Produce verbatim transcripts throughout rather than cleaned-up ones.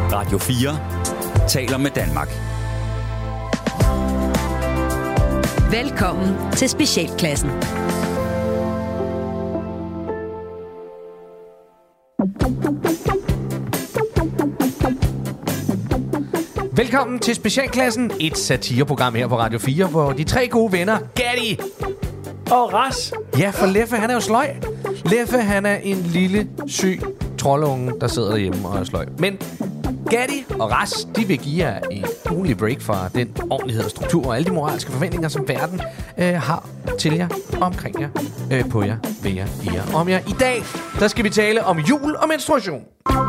Radio fire taler med Danmark. Velkommen til Specialklassen. Velkommen til Specialklassen, et satireprogram her på Radio fire, hvor de tre gode venner, Gatti og Ras. Ja, for Leffe, han er jo sløj. Leffe, han er en lille, syg troldunge, der sidder derhjemme og er sløj. Men Gatti og Ras, de vil give jer en ugenlig break fra den ordentlighed og struktur og alle de moralske forventninger, som verden øh, har til jer, omkring jer, øh, på jer, ved jer, i jer, om jer. I dag, der skal vi tale om jul og menstruation.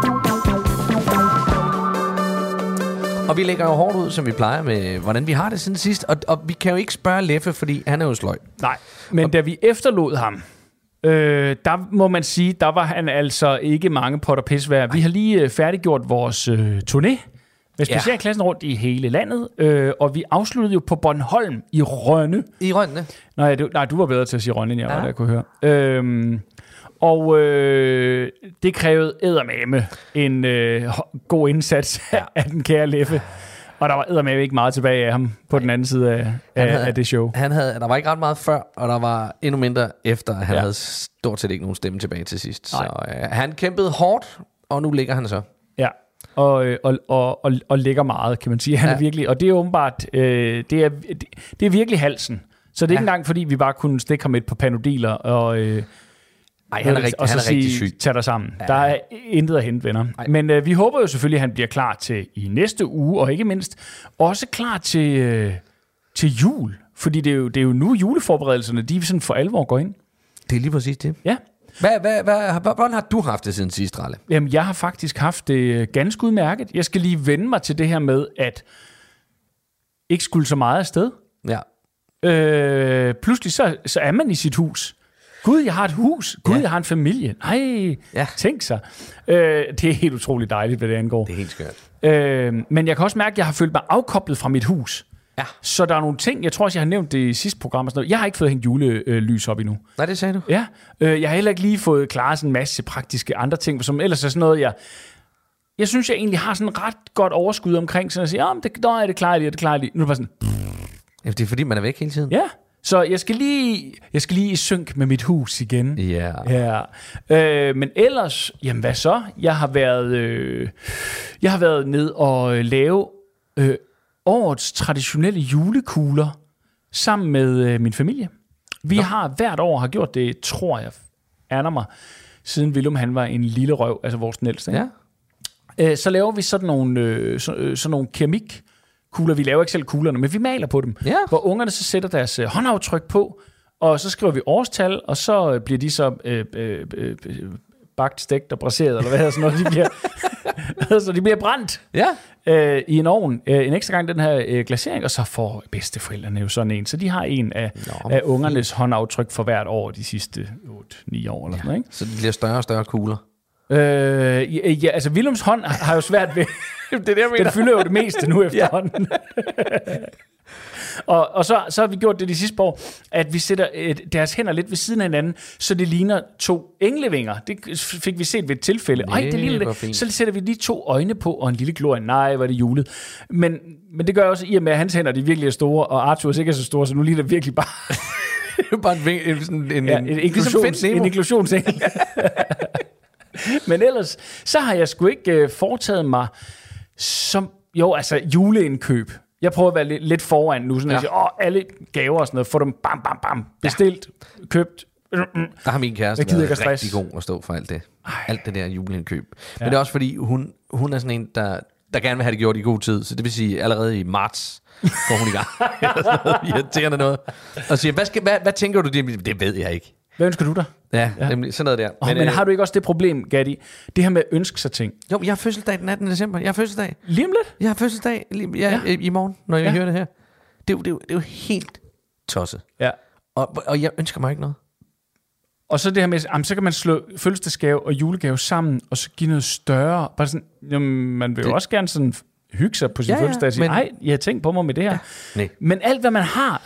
Og vi lægger jo hårdt ud, som vi plejer med, hvordan vi har det siden sidst. Og, og vi kan jo ikke spørge Leffe, fordi han er jo sløj. Nej, men og da vi efterlod ham, øh, der må man sige, der var han altså ikke mange potter pis værd. Vi har lige øh, færdiggjort vores øh, turné med specialklassen rundt i hele landet. Øh, og vi afsluttede jo på Bornholm i Rønne. I Rønne? Nej, du, nej, du var bedre til at sige Rønne, end jeg ja. var, der jeg kunne høre. Øh, Og øh, det krævede eddermame en øh, god indsats ja. af den kære Leffe. Og der var eddermame ikke meget tilbage af ham på den anden side af, af, havde, af det show. Han havde, der var ikke ret meget før, og der var endnu mindre efter. Han ja. havde stort set ikke nogen stemme tilbage til sidst. Nej. Så øh, han kæmpede hårdt, og nu ligger han så. Ja, og, og, og, og, og ligger meget, kan man sige. Han ja. er virkelig, og det er åbenbart, øh, det, er, det, det er virkelig halsen. Så det er ja. ikke engang, fordi vi bare kunne stikke ham et på Panodiler og... Øh, Ej, han er, rigt, og så han er sige, rigtig syg. Tag dig sammen. Ja. Der er intet at hente, venner. Ej. Men øh, vi håber jo selvfølgelig, at han bliver klar til i næste uge, og ikke mindst også klar til, øh, til jul. Fordi det er, jo, det er jo nu juleforberedelserne, de sådan for alvor går ind. Det er lige præcis det. Ja. Hvad, hvad, hvad, hvordan har du haft det siden sidst, Ralle? Jamen, jeg har faktisk haft det ganske udmærket. Jeg skal lige vende mig til det her med, at ikke skulle så meget afsted. Ja. Øh, pludselig så, så er man i sit hus. Gud, jeg har et hus. Gud, ja. jeg har en familie. Nej, ja. tænk sig. Øh, det er helt utroligt dejligt, hvad det angår. Det er helt skørt. Øh, men jeg kan også mærke, at jeg har følt mig afkoblet fra mit hus. Ja. Så der er nogle ting, jeg tror også, jeg har nævnt det i sidste program. Og sådan noget. Jeg har ikke fået hængt julelys op endnu. Nej, det sagde du. Ja, øh, jeg har heller ikke lige fået klaret sådan en masse praktiske andre ting, som ellers er sådan noget, jeg... Jeg synes, jeg egentlig har sådan ret godt overskud omkring, så jeg siger, ja, men det, nej, det klarer jeg lige, det klarer jeg lige. Nu er det bare sådan... Ja, det er fordi, man er væk hele tiden. Ja. Så jeg skal lige, jeg skal lige i synk med mit hus igen. Ja. Yeah. Ja. Øh, men ellers, jamen hvad så? Jeg har været, øh, jeg har været ned og lave øh, årets traditionelle julekugler sammen med øh, min familie. Vi Nå. har hvert år har gjort det, tror jeg, aner mig, siden Willum han var en lille røv, altså vores den ældste. Ja. Øh, så laver vi sådan nogle, øh, så, øh, sådan nogle keramik. Kugler. Vi laver ikke selv kuglerne, men vi maler på dem. Ja. Hvor ungerne så sætter deres øh, håndaftryk på, og så skriver vi årstal, og så øh, bliver de så øh, øh, øh, bagt, stegt og braseret, eller hvad hedder sådan noget. De bliver, så de bliver brændt ja. øh, i en ovn øh, en ekstra gang, den her øh, glasering, og så får bedsteforældrene jo sådan en. Så de har en af, af ungernes fint. håndaftryk for hvert år de sidste otte ni år. Eller ja. sådan noget, ikke? Så det bliver større og større kugler. Øh, ja, ja, altså Willums hånd har jo svært ved det der, den fylder jo det meste nu efterhånden. og og så, så har vi gjort det de sidste par år, at vi sætter et, deres hænder lidt ved siden af hinanden, så det ligner to englevinger. Det fik vi set ved et tilfælde. Ej, det ligner det. Så sætter vi lige to øjne på, og en lille glorie. Nej, var det julet. Men, men det gør også, i og med at hans hænder de virkelig er store, og Arthur er sikkert så store, så nu ligner det virkelig bare... bare en, en, sådan en, ja, en, en inklusions, en inklusionsengel. Men ellers, så har jeg sgu ikke øh, foretaget mig som, jo, altså juleindkøb. Jeg prøver at være lidt, lidt foran nu, sådan ja. at jeg siger, åh, alle gaver og sådan noget, få dem bam, bam, bam, bestilt, ja. købt. Mm-mm. Der har min kæreste været rigtig god at stå for alt det. Ej. Alt det der juleindkøb. Ja. Men det er også fordi, hun, hun er sådan en, der, der gerne vil have det gjort i god tid. Så det vil sige, allerede i marts går hun i gang. Noget irriterende noget. Og siger, hvad, skal, hvad, hvad tænker du? Det, det ved jeg ikke. Hvad ønsker du dig? Ja, ja. Nemlig, sådan noget der. Oh, men men øh, har du ikke også det problem, Gatti? Det her med at ønske sig ting. Jo, jeg har fødselsdag den attende december. Jeg har fødselsdag. Lige om lidt? Jeg har fødselsdag lige, ja, ja. i morgen, når jeg ja. hører det her. Det er, jo, det, er jo, det er jo helt tosset. Ja. Og, og jeg ønsker mig ikke noget. Og så det her med, jamen, så kan man slå fødselsdagsgave og julegave sammen, og så give noget større. Bare sådan, jamen, man vil det, jo også gerne sådan hygge sig på sin ja, fødselsdag og sige, nej, jeg har tænkt på mig med det her. Ja. Men alt, hvad man har,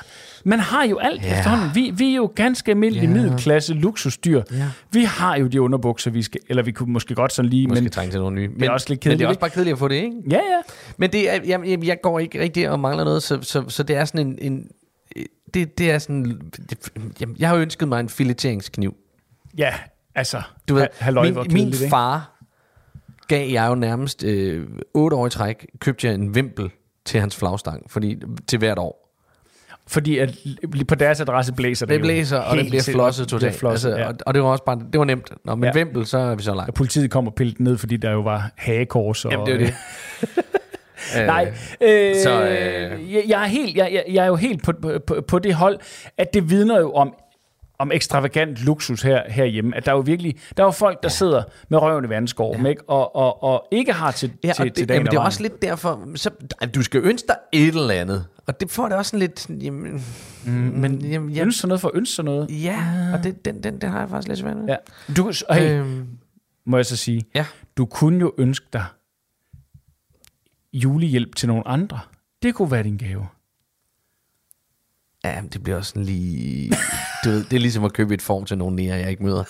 Man har jo alt Ja. efterhånden. Vi, vi er jo ganske almindelige Ja. middelklasse luksusdyr. Ja. Vi har jo de underbukser, vi skal, eller vi kunne måske godt sådan lige, Måske men trænge til nogle nye. Men det er også lidt Men det kedeligt, er også ikke? bare kedeligt at få det, ikke? Ja, ja. Men det er, jeg, jeg går ikke rigtig og mangler noget, så, så, så det er sådan en... en det, det er sådan... Det, jamen, jeg har jo ønsket mig en fileteringskniv. Ja, altså, Du ved, ha- halløj, hvor min, min kedeligt, ikke? far gav jeg jo nærmest øh, otte år i træk, købte jeg en vimpel til hans flagstang, fordi til hvert år. Fordi at lige på deres adresse blæser det Det jo blæser, og det helt bliver sikkert. flosset Det bliver totalt. flosset, Altså, ja. og, og det var også bare, det var nemt. Nå, men Ja. ja. vimpel, så er vi så langt. Og politiet kom og pillede ned, fordi der jo var hagekors. Og, Jamen, det er jo det. Nej, øh, så, øh, jeg, jeg, er helt, jeg, jeg, jeg er jo helt på, på, på det hold, at det vidner jo om, om ekstravagant luksus her, herhjemme. At der er jo virkelig, der er jo folk, der ja. sidder med røven i vandskorben, ja. ikke? Og, og, og ikke har til, ja, til, det, til dagen jamen, det er og også lidt derfor, så, du skal ønske dig et eller andet. Og det får det også sådan lidt, jamen, mm, men jamen, jeg, ønske sig noget for at ønske sig noget. ja, og det, den, den, den har jeg faktisk lidt svært med. Ja. Du, hey, Øhm, må jeg så sige, ja. du kunne jo ønske dig julehjælp til nogle andre. Det kunne være din gave. Ja, men det bliver også sådan lige... Du ved, det er ligesom at købe et form til nogen nære, jeg ikke møder.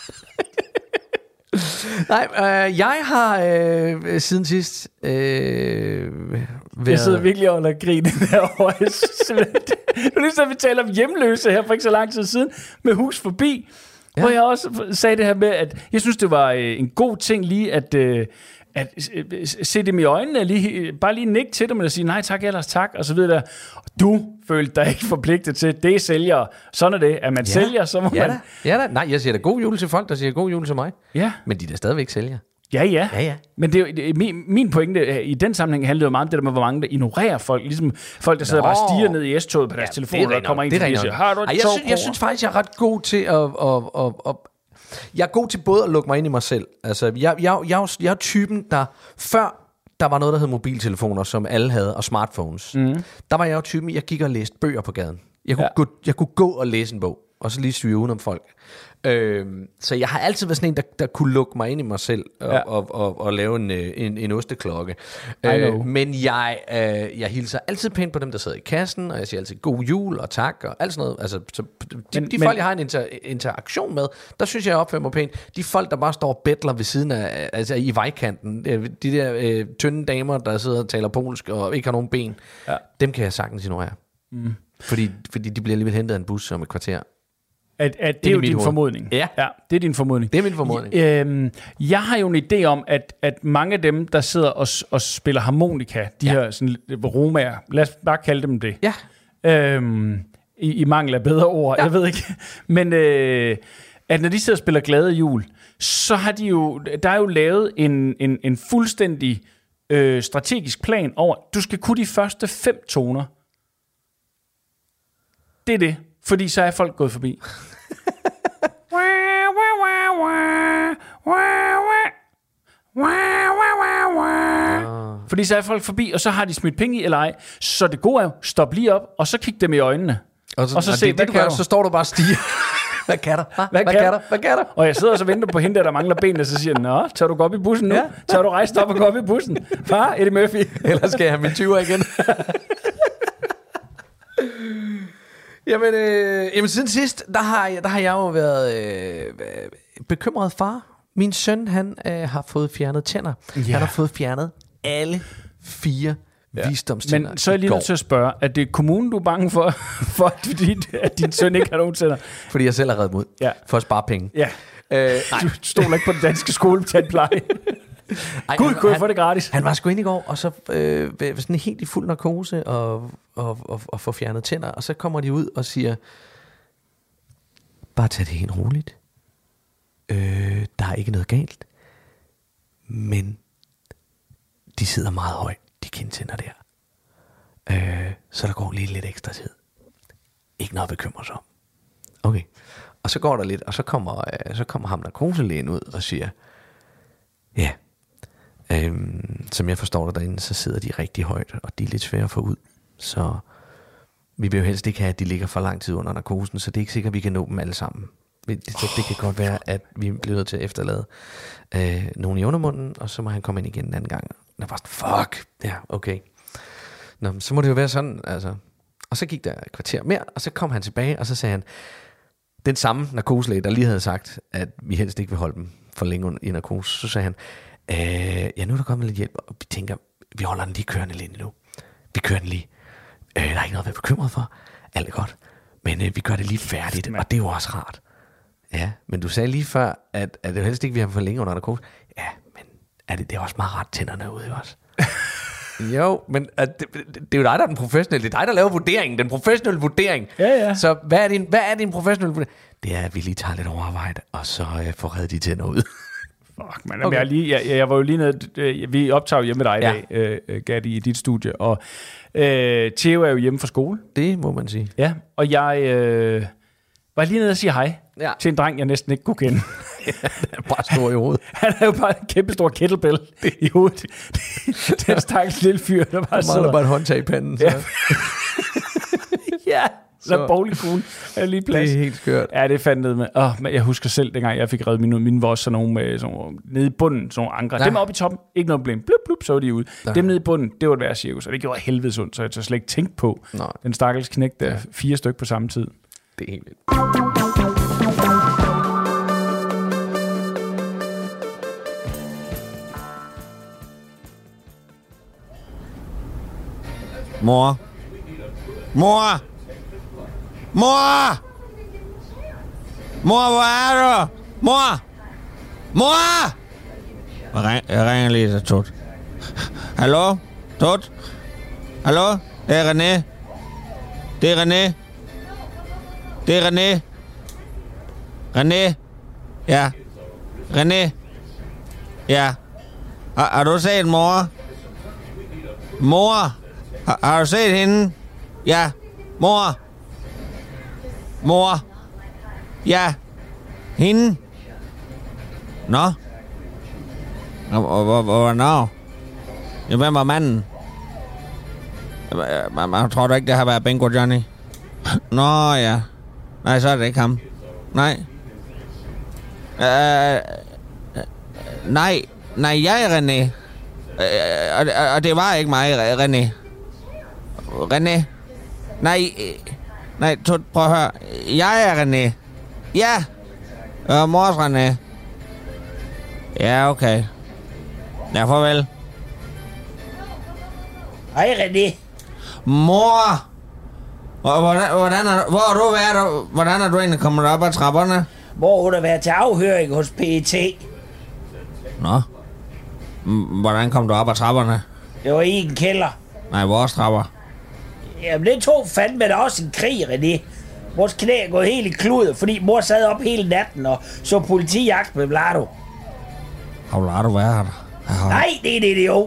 Nej, øh, jeg har øh, siden sidst øh, været... Jeg sidder virkelig og lader grine derovre. Jeg synes simpelthen, det er ligesom, vi taler om hjemløse her for ikke så lang tid siden med Hus Forbi, ja. Hvor jeg også sagde det her med, at jeg synes, det var øh, en god ting lige at... Øh, at øh, se dem i øjnene, lige, bare lige nikke til dem og sige nej tak, ellers tak, og så videre. Du følte dig ikke forpligtet til, det er sælger. Sådan er det, at man ja. sælger, så må ja, man... Da. Ja da, nej, jeg siger da god jul til folk, der siger god jul til mig. Ja. Men de er da stadigvæk sælger. Ja, ja. Ja, ja. Men det er, jo- det er, min, min pointe i den sammenhæng handler jo meget om det der med, hvor mange der ignorerer folk. Ligesom folk, der sidder Nå. bare og stiger ned i S-toget på deres Ja, telefon, det er og der rigtigt kommer nok. en Det er forbi og rigtigt siger, nok. har du et Ej, jeg, tog synes, jeg synes faktisk, jeg er ret god til at... at, at, at jeg er god til både at lukke mig ind i mig selv. Altså, jeg, jeg, jeg, jeg er typen, der før der var noget, der hed mobiltelefoner, som alle havde, og smartphones. Mm. Der var jeg jo typen, jeg gik og læste bøger på gaden. Jeg kunne, ja. gå, jeg kunne gå og læse en bog, og så lige syge udenom folk. Øhm, så jeg har altid været sådan en, der, der kunne lukke mig ind i mig selv, og, ja. og, og, og lave en, en, en osteklokke. Øh, men jeg, øh, jeg hilser altid pænt på dem, der sidder i kassen, og jeg siger altid god jul og tak, og alt sådan noget. Altså, så de, men, de men, folk, jeg har en inter, interaktion med, der synes jeg, jeg opfører mig pænt. De folk, der bare står og bettler ved siden af, altså i vejkanten, de der øh, tynde damer, der sidder og taler polsk, og ikke har nogen ben, ja. dem kan jeg sagtens ignorere. Mm. Fordi, fordi de bliver alligevel hentet af en bus om et kvarter. At, at det er jo din hoved. formodning. Ja. ja, det er din formodning. Det er min formodning. I, øhm, jeg har jo en idé om, at, at mange af dem, der sidder og, og spiller harmonika, de ja. her sådan, romaer, lad os bare kalde dem det. Ja. Øhm, i, I mangel af bedre ord, ja. Jeg ved ikke. Men øh, at når de sidder og spiller glade jul, så har de jo, der er jo lavet en, en, en fuldstændig øh, strategisk plan over, du skal kunne de første fem toner. Det er det. Fordi så er folk gået forbi. Fordi så er folk forbi, og så har de smidt penge i eller ej. Så det gode er jo, stop lige op, og så kig dem i øjnene. Og så, og så og se, det, hvad det, kan gør, du? så står du bare og stiger. Hvad kan der? Hvad, Hvad hvad kan kan der? der? Hvad kan der? Og jeg sidder og så venter på hende, der, der mangler benene, og så siger nå, tør du gå op i bussen nu? Ja. Tør du rejse op og gå op i bussen? Far, Eddie Murphy. Ellers skal jeg have min tyver igen. jamen, øh, jamen, siden sidst, der har, jeg, der har jeg jo været øh, bekymret far. Min søn, han øh, har fået fjernet tænder. Ja. Han har fået fjernet alle fire ja. visdomstænder. Men så er jeg lige nødt til at spørge, er det kommunen, du er bange for, for at, din, at din søn ikke har nogen tænder? Fordi jeg selv har reddet mod ja. for at spare penge. Ja. Øh, du stoler ikke på den danske skoletandpleje. Gud, kunne jeg få det gratis? Han var sgu ind i går, og så øh, sådan helt i fuld narkose, og, og, og, og få fjernet tænder, og så kommer de ud og siger, bare tag det helt roligt. Øh, der er ikke noget galt. Men de sidder meget højt, de kindtænder der. Øh, så der går lige lidt ekstra tid. Ikke noget at bekymre sig om. Okay. Og så går der lidt, og så kommer, øh, så kommer ham narkoselægen ud og siger, ja, øhm, som jeg forstår det derinde, så sidder de rigtig højt, og de er lidt svære at få ud. Så vi vil jo helst ikke have, at de ligger for lang tid under narkosen, så det er ikke sikkert, at vi kan nå dem alle sammen. Så det kan godt være, at vi bliver nødt til at efterlade øh, nogen i undermunden, og så må han komme ind igen en anden gang. Og jeg var sådan, fuck, ja, okay. Nå, så må det jo være sådan, altså. Og så gik der et kvarter mere, og så kom han tilbage, og så sagde han, den samme narkoselæge, der lige havde sagt, at vi helst ikke vil holde dem for længe i narkose, så sagde han, øh, ja, nu er der kommet lidt hjælp, og vi tænker, vi holder den lige kørende lidt nu. Vi kører den lige. Øh, der er ikke noget at være bekymret for. Alt er godt. Men øh, vi gør det lige færdigt, og det er jo også rart. Ja, men du sagde lige før, at, at det er helst ikke, vi har for længe under narkose. Ja, men er det, det er også meget rart tænderne ude, også? Jo, men at det, det, det er jo dig, der er den professionelle. Det er dig, der laver vurderingen. Den professionelle vurdering. Ja, ja. Så hvad er din, hvad er din professionelle vurdering? Det er, at vi lige tager lidt overarbejde, og så øh, får reddet de tænder ud. Fuck, man. Okay. Jeg, lige, jeg, jeg var jo lige nede... Øh, vi optager hjemme med dig i ja. dag, øh, Gatti, i dit studie. Og øh, Theo er jo hjemme fra skole. Det må man sige. Ja, og jeg øh, var lige nede og sige hej ja. til en dreng, jeg næsten ikke kunne kende. Ja, han er bare stor i hovedet. Han er jo bare en kæmpe stor kettlebell i hovedet. Den stakkels lille fyr, der bare sidder. Han bare et håndtag i panden. Så. Ja, ja. Så bowlingkugle er lige plads. Det er helt skørt. Ja, det fandt ned med. Åh, men jeg husker selv, dengang jeg fik reddet mine, mine var også sådan nogle med sådan nogle, nede i bunden, sådan nogle ankre. Ja. Dem oppe i toppen, ikke noget problem. Blup, blup, så var de ude. Ja. Dem nede i bunden, det var et værre cirkus, og det gjorde helvedes ondt, så jeg tør slet ikke tænke på. Nej. Den stakkels knæk der, ja. fire stykker på samme tid. Det er helt vildt. Mor. Mor. Mor! Mor, hvor er du? Mor! Mor! Jeg, ring, jeg ringer lige til Tot. Hallo? Tot? Hallo? Det er René. Det er René. Det er René. René. Ja. René. Ja. Har, har du set mor? Mor? Har, har du set hende? Ja. Mor? Mor? Ja. Hende? Nå? Hvornår? Ja, hvem var manden? Man, man tror da ikke, det har været Bingo Johnny? Nå, ja. Nej, så er det ikke ham. Nej. Øh, nej. Nej, jeg er René. Øh, og, og det var ikke mig, René. René. Nej. Nej, Tot, prøv at høre. Jeg er René. Ja. Øh, mors René. Ja, okay. Ja, farvel. Hej, René. Mor! Hvordan, hvordan er, hvor er du været? Hvordan er du egentlig kommet op ad trapperne? Hvor hun har været til afhøring hos P E T. Nå. Hvordan kom du op ad trapperne? Det var i en kælder. Nej, vores trapper. Jamen, det tog fandme da også en krig, René. Vores knæ er gået helt i klud, fordi mor sad op hele natten og så politijagt med Vlado. Har Vlado været her? Nej, det er en idiot.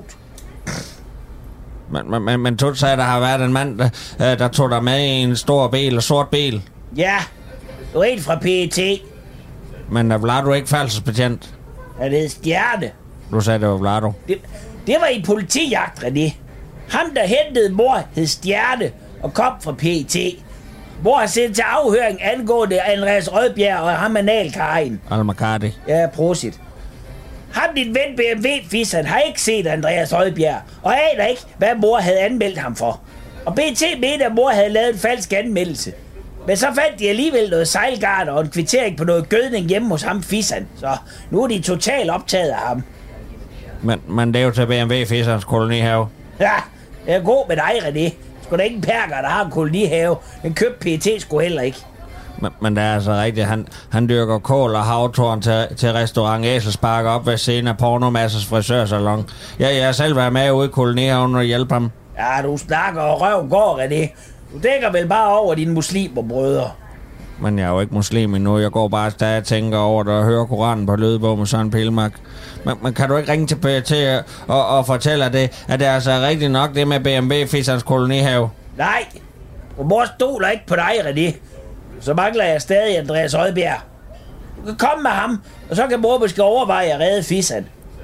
Men, men, men Tot sagde, at der har været en mand, der, der tog dig med i en stor bil, en sort bil. Ja, du er en fra P E T. Men er Vlado ikke færdselsbetjent? Han hed Stjerne. Du sagde, det var Vlado. Det, det var i politijagt, René. Ham, der hentede mor, hed Stjerne og kom fra P E T. Mor har sendt til afhøring angående Andreas Rødbjerg og ham analkajen. Al-Makadi. Ja, prosit. Ham, din ven B M W-fisseren, har ikke set Andreas Rødbjerg, og aner ikke, hvad mor havde anmeldt ham for. Og B T mente, at mor havde lavet en falsk anmeldelse. Men så fandt de alligevel noget sejlgarn og en kvittering på noget gødning hjemme hos ham fisseren. Så nu er de totalt optaget af ham. Men, men det er jo til B M W-fisserens kolonihave. Ja, det er god med dig, René. Sgu da ikke en perker, der har en kolonihave. Den købte P E T sgu heller ikke. Men, men det er altså rigtigt. Han, han dyrker kål og havtorn til, til restaurant Æselspark op ved siden af Pornomassers frisørsalon. Jeg, jeg har selv været med ude i kolonihaven og hjælpe ham. Ja, du snakker og røv går, René. Du dækker vel bare over dine muslimerbrødre. Men jeg er jo ikke muslim endnu. Jeg går bare stadig og tænker over det og hører Koranen på lydbog med Søren Pilmark. Men, men kan du ikke ringe til P E T og, og fortælle det, at det er altså rigtigt nok det med B M W-fisserens kolonihave? Nej, og mor stoler ikke på dig, René. Så mangler jeg stadig Andreas Rødbjerg. Du kan komme med ham, og så kan mor måske overveje at redde fisseren.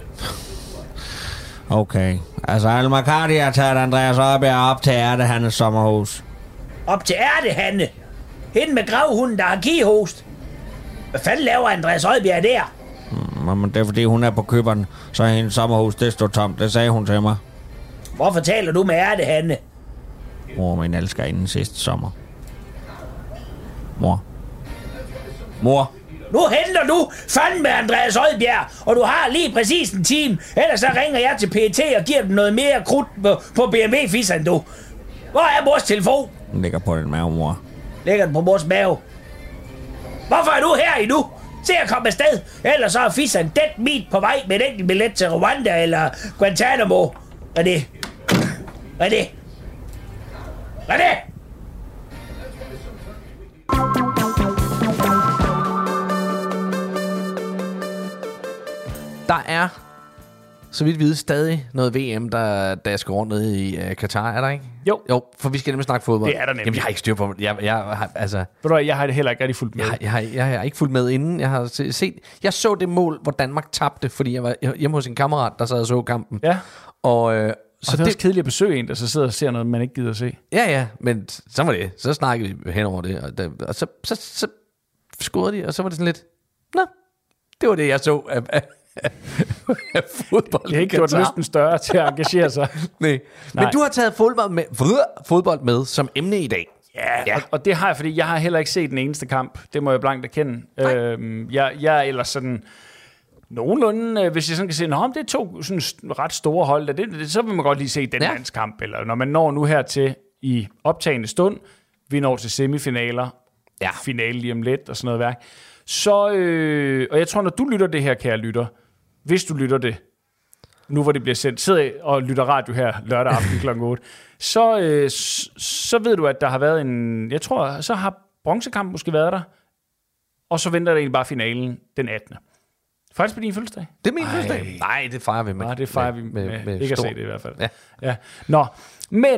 Okay, altså Al-Makadi har taget Andreas Rødbjerg op til Ærtehannes sommerhus. Op til Ærtehanne? Hende med gravhunden, der har kihost. Hvad fanden laver Andreas Rødbjerg der? Hmm, men det er fordi hun er på køberen, så hendes sommerhus det står tomt. Det sagde hun til mig. Hvorfor taler du med Ærtehanne? Mor, min elsker inden sidste sommer. Mor. Mor. Nu henter du fandme Andreas Odbjerg, og du har lige præcis en time. Ellers så ringer jeg til P E T og giver dem noget mere krudt på, på B M W-fissen, du. Hvor er mors telefon? Den ligger på den mave, mor. Ligger den på mors mave? Hvorfor er du her endnu? Se at komme afsted. Ellers så er fissen dead meat på vej med en enkelt billet til Rwanda eller Guantanamo. Hvad er det? Hvad er det? Hvad er det? Der er, så vidt vide, stadig noget V M, der, der skal rundt nede i uh, Katar, er der ikke? Jo. Jo, for vi skal nemlig snakke fodbold. Det er der nemlig. Jamen, jeg har ikke styr på jeg, jeg, har, altså, Ved du hvad, jeg har det heller ikke rigtig fulgt med. jeg, jeg, har, jeg har ikke fulgt med inden. Jeg har set, jeg så det mål, hvor Danmark tabte, fordi jeg var hjemme hos en kammerat, der sad og så kampen. Ja. Og, øh, Så og det er også kedeligt at besøge en, der så sidder og ser noget, man ikke gider at se. Ja, ja, men så var det. Så snakkede vi hen over det, og, der, og så, så, så scorede de, og så var det sådan lidt, nå, det var det, jeg så af, af, af fodbold. Det har ikke gjort lysten større til at engagere sig. Nej. Men Nej. du har taget fodbold med, fodbold med som emne i dag. Ja, ja. Og, og det har jeg, fordi jeg har heller ikke set den eneste kamp. Det må jeg blankt erkende. Øhm, jeg, jeg er ellers sådan nogenlunde, øh, hvis jeg sådan kan se, nå, det er to sådan ret store hold, det, det, så vil man godt lige se den ja. landskamp. Eller når man når nu hertil i optagende stund, vi når til semifinaler, ja. finale lige om lidt og sådan noget værk. Så, øh, og jeg tror, når du lytter det her, kære lytter, hvis du lytter det, nu hvor det bliver sendt, sidder og lytter radio her lørdag aften klokken otte, så, øh, så, så ved du, at der har været en, jeg tror, så har bronzekampen måske været der, og så venter der egentlig bare finalen den attende Faktisk på din fødselsdag? Det er min fødselsdag. Nej, det fejrer vi med. Nej, det fejrer med, vi med, med, med ikke stor. at se det i hvert fald. Ja. Ja. Nå, men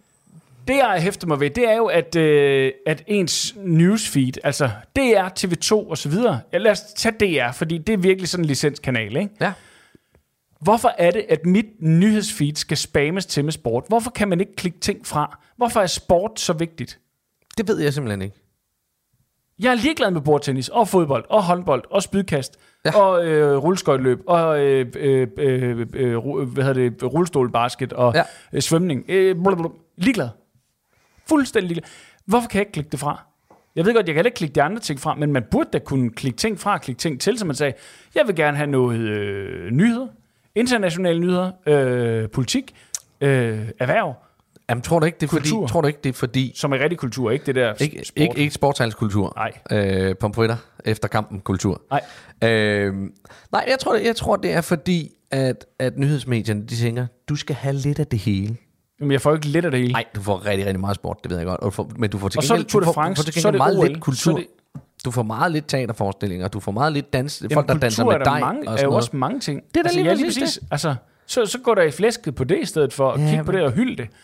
det jeg hæfter mig ved, det er jo, at, øh, at ens newsfeed, altså D R, T V to og så videre, ja, lad os tage D R, fordi det er virkelig sådan en licenskanal, ikke? Ja. Hvorfor er det, at mit nyhedsfeed skal spammes til med sport? Hvorfor kan man ikke klikke ting fra? Hvorfor er sport så vigtigt? Det ved jeg simpelthen ikke. Jeg er ligeglad med bordtennis, og fodbold, og håndbold, og spydkast, ja. og øh, rulleskøjteløb, og øh, øh, øh, øh, hvad hedder det, rullestolbasket, og ja. øh, svømning. Øh, blablabla. Ligeglad. Fuldstændig ligeglad. Hvorfor kan jeg ikke klikke det fra? Jeg ved godt, jeg kan heller ikke klikke de andre ting fra, men man burde da kunne klikke ting fra, klikke ting til, som man sagde, jeg vil gerne have noget øh, nyheder, internationale nyheder, øh, politik, øh, erhverv. Jamen, tror du ikke, det er fordi, tror du ikke, det er fordi... Som er rigtig kultur, ikke det der ikke, sport. Ikke, ikke sportshalskultur. Nej. Øh, pomfritter efter kampen kultur. Nej. Øh, nej, jeg tror, jeg tror, det er fordi, at, at nyhedsmedierne, de tænker, du skal have lidt af det hele. Men jeg får ikke lidt af det hele. Nej, du får rigtig, rigtig meget sport, det ved jeg godt. Og du får, men du får til og så er det Tour de France, du får, så er det meget O L, lidt kultur. det... Du får meget lidt teaterforestillinger, du får meget lidt dans, Jamen, folk, der danser med dig. Mange, og er jo også mange ting. Det er da altså, lige, ja, lige præcis præcis. Altså, så, så går der i flæsket på det i stedet for at ja, kigge på det og hylde det.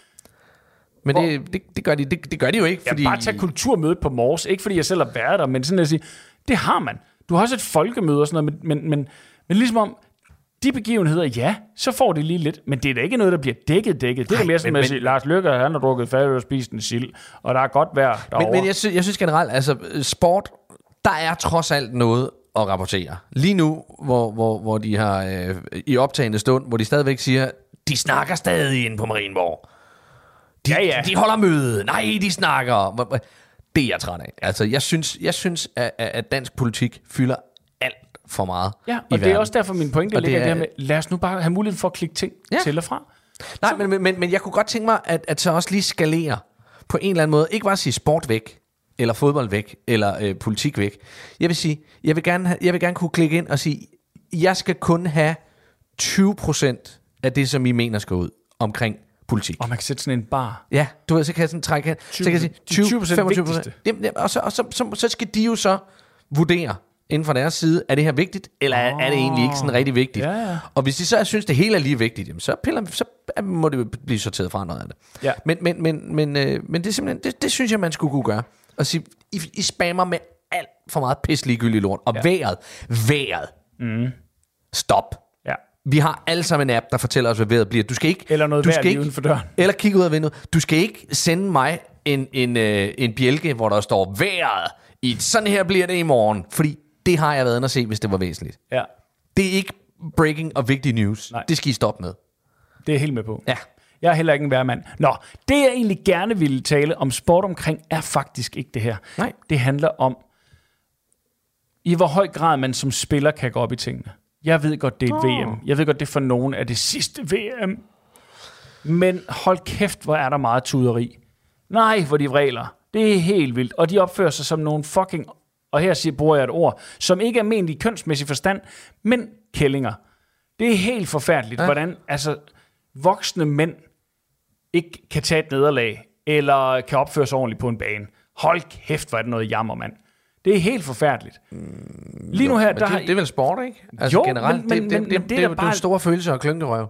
Men det, det, det, gør de, det, det gør de jo ikke, fordi... Ja, bare tage kulturmødet på Mors. Ikke fordi jeg selv har været der, men sådan at sige, det har man. Du har også et folkemøde og sådan noget, men, men, men, men ligesom om, de begivenheder, ja, så får de lige lidt, men det er da ikke noget, der bliver dækket, dækket. Det er da mere sådan, at sige, Lars Løkke, han har drukket færdig og spist en sild, og der er godt vejr derovre. Men, men jeg, synes, jeg synes generelt, altså sport, der er trods alt noget at rapportere. Lige nu, hvor, hvor, hvor de har øh, i optagende stund, hvor de stadigvæk siger, de snakker stadig inde på Marienborg. De, ja, ja. de holder møde. Nej, de snakker. Det er jeg træt af. Altså, jeg synes, jeg synes at, at dansk politik fylder alt for meget. Ja, og i det verden. er også derfor, min pointe ligger det der med, lad os nu bare have muligheden for at klikke ting ja. til og fra. Nej, så, men, men, men jeg kunne godt tænke mig, at, at så også lige skalere på en eller anden måde. Ikke bare sige sport væk, eller fodbold væk, eller øh, politik væk. Jeg vil sige, jeg vil, gerne have, jeg vil gerne kunne klikke ind og sige, jeg skal kun have tyve procent af det, som I mener skal ud omkring politik. Og man kan sætte sådan en bar. Ja, du ved, så kan jeg sådan trække hen. Så kan jeg sige tyve til femogtyve procent. Og, så, og så, så, så skal de jo så vurdere inden fra deres side, er det her vigtigt, eller er, er det egentlig ikke sådan rigtig vigtigt? Ja, ja. Og hvis de så synes, det hele er lige vigtigt, jamen, så, piller, så må det blive sorteret fra noget af det. Ja. Men, men, men, men, øh, men det er simpelthen, det, det synes jeg, man skulle kunne gøre. Og sige, I, I spammer med alt for meget pis ligegyldigt lort. Og ja. vejret, vejret, mm. stop. Ja. Vi har alle sammen en app, der fortæller os, hvad vejret bliver. Du skal ikke, eller noget du vejr skal lige ikke, uden for døren. Eller kigge ud af vinduet. Du skal ikke sende mig en, en, øh, en bjælke, hvor der står vejret. I sådan her bliver det i morgen. Fordi det har jeg været inde at se, hvis det var væsentligt. Ja. Det er ikke breaking og vigtig news. Nej. Det skal I stoppe med. Det er jeg helt med på. Ja. Jeg er heller ikke en værmand. Nå, det jeg egentlig gerne ville tale om sport omkring, er faktisk ikke det her. Nej. Det handler om, i hvor høj grad man som spiller kan gå op i tingene. Jeg ved godt, det er et oh. V M. Jeg ved godt, det for nogen er det sidste V M. Men hold kæft, hvor er der meget tuderi. Nej, hvor de vræler. Det er helt vildt. Og de opfører sig som nogle fucking, og her siger, bruger jeg et ord, som ikke er ment i kønsmæssig forstand, men kællinger. Det er helt forfærdeligt, ja. hvordan altså, voksne mænd ikke kan tage et nederlag, eller kan opføre sig ordentligt på en bane. Hold kæft, hvor er det noget jammer, mand. Det er helt forfærdeligt. Lige nu her, jo, der det, har... det er vel sport, ikke? Altså jo, generelt, men, men, det, det, men, det, men det, det, det er det, bare... det er store følelser og kløngterøv.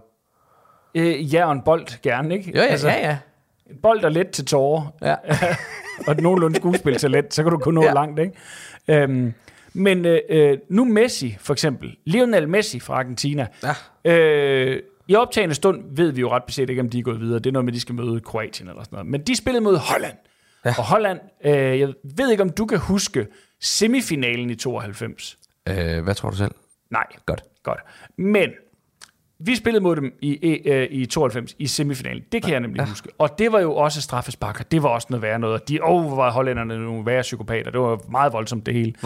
Øh, ja, og en bold gerne, ikke? Jo, ja, altså, ja, ja. En bold er let til tårer, Ja. og et nogenlunde skuespiltalent, så kan du kunne nå ja. langt, ikke? Øhm, men øh, nu Messi, for eksempel. Lionel Messi fra Argentina. Ja. Øh, I optagende stund ved vi jo ret beset ikke, om de er gået videre. Det er noget med, at de skal møde Kroatien eller sådan noget. Men de spillede mod Holland. Ja. Og Holland, øh, jeg ved ikke, om du kan huske semifinalen i tooghalvfems. Øh, hvad tror du selv? Nej. Godt. Godt. Men vi spillede mod dem i, i, i tooghalvfems i semifinalen. Det kan ja. jeg nemlig ja. huske. Og det var jo også straffesparker. Det var også noget værre noget. Og de, åh, hvor var hollænderne nogle værre psykopater. Det var meget voldsomt det hele. Nå.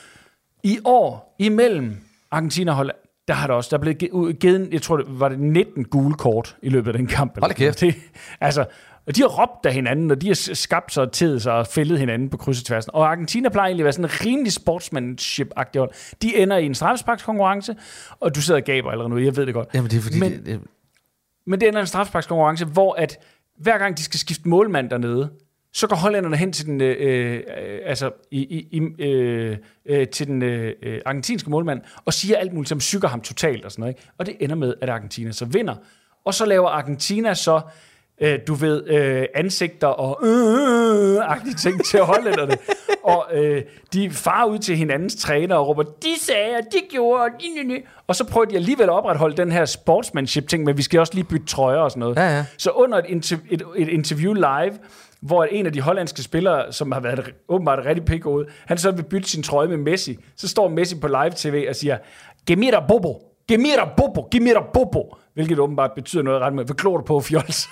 I år, imellem Argentina og Holland, der har der også, der blev givet, jeg tror, det var det nitten gule kort i løbet af den kamp. Hold da kæft. Det, altså, og de har råbt af hinanden, og de har skabt sig og tædet sig og fældet hinanden på kryds og tværs. Og Argentina plejer egentlig at være sådan en rimelig sportsmanship-agtig hold. De ender i en straffesparkskonkurrence, og du sidder og gaber allerede nu, jeg ved det godt. Jamen det er fordi... Men det, det... men det ender i en straffesparkskonkurrence, hvor at hver gang de skal skifte målmand dernede, så går hollænderne hen til den, øh, øh, altså, i, i, øh, øh, til den øh, argentinske målmand, og siger alt muligt, som syger ham totalt og sådan noget. Ikke? Og det ender med, at Argentina så vinder. Og så laver Argentina så, øh, du ved, øh, ansigter og øh-agtige ting til hollænderne. Og øh, de farer ud til hinandens træner og råber, de sagde, de gjorde, de, de. Og så prøver de alligevel at opretholde den her sportsmanship-ting, men vi skal også lige bytte trøjer og sådan noget. Ja, ja. Så under et, interv- et, et interview live, hvor en af de hollandske spillere, som har været åbenbart rigtig pik ud, han så vil bytte sin trøje med Messi. Så står Messi på live-tv og siger, giv mig der bobo, giv mig der bobo, giv mig der bobo. Hvilket åbenbart betyder noget ret med, hvad klår du på, fjols?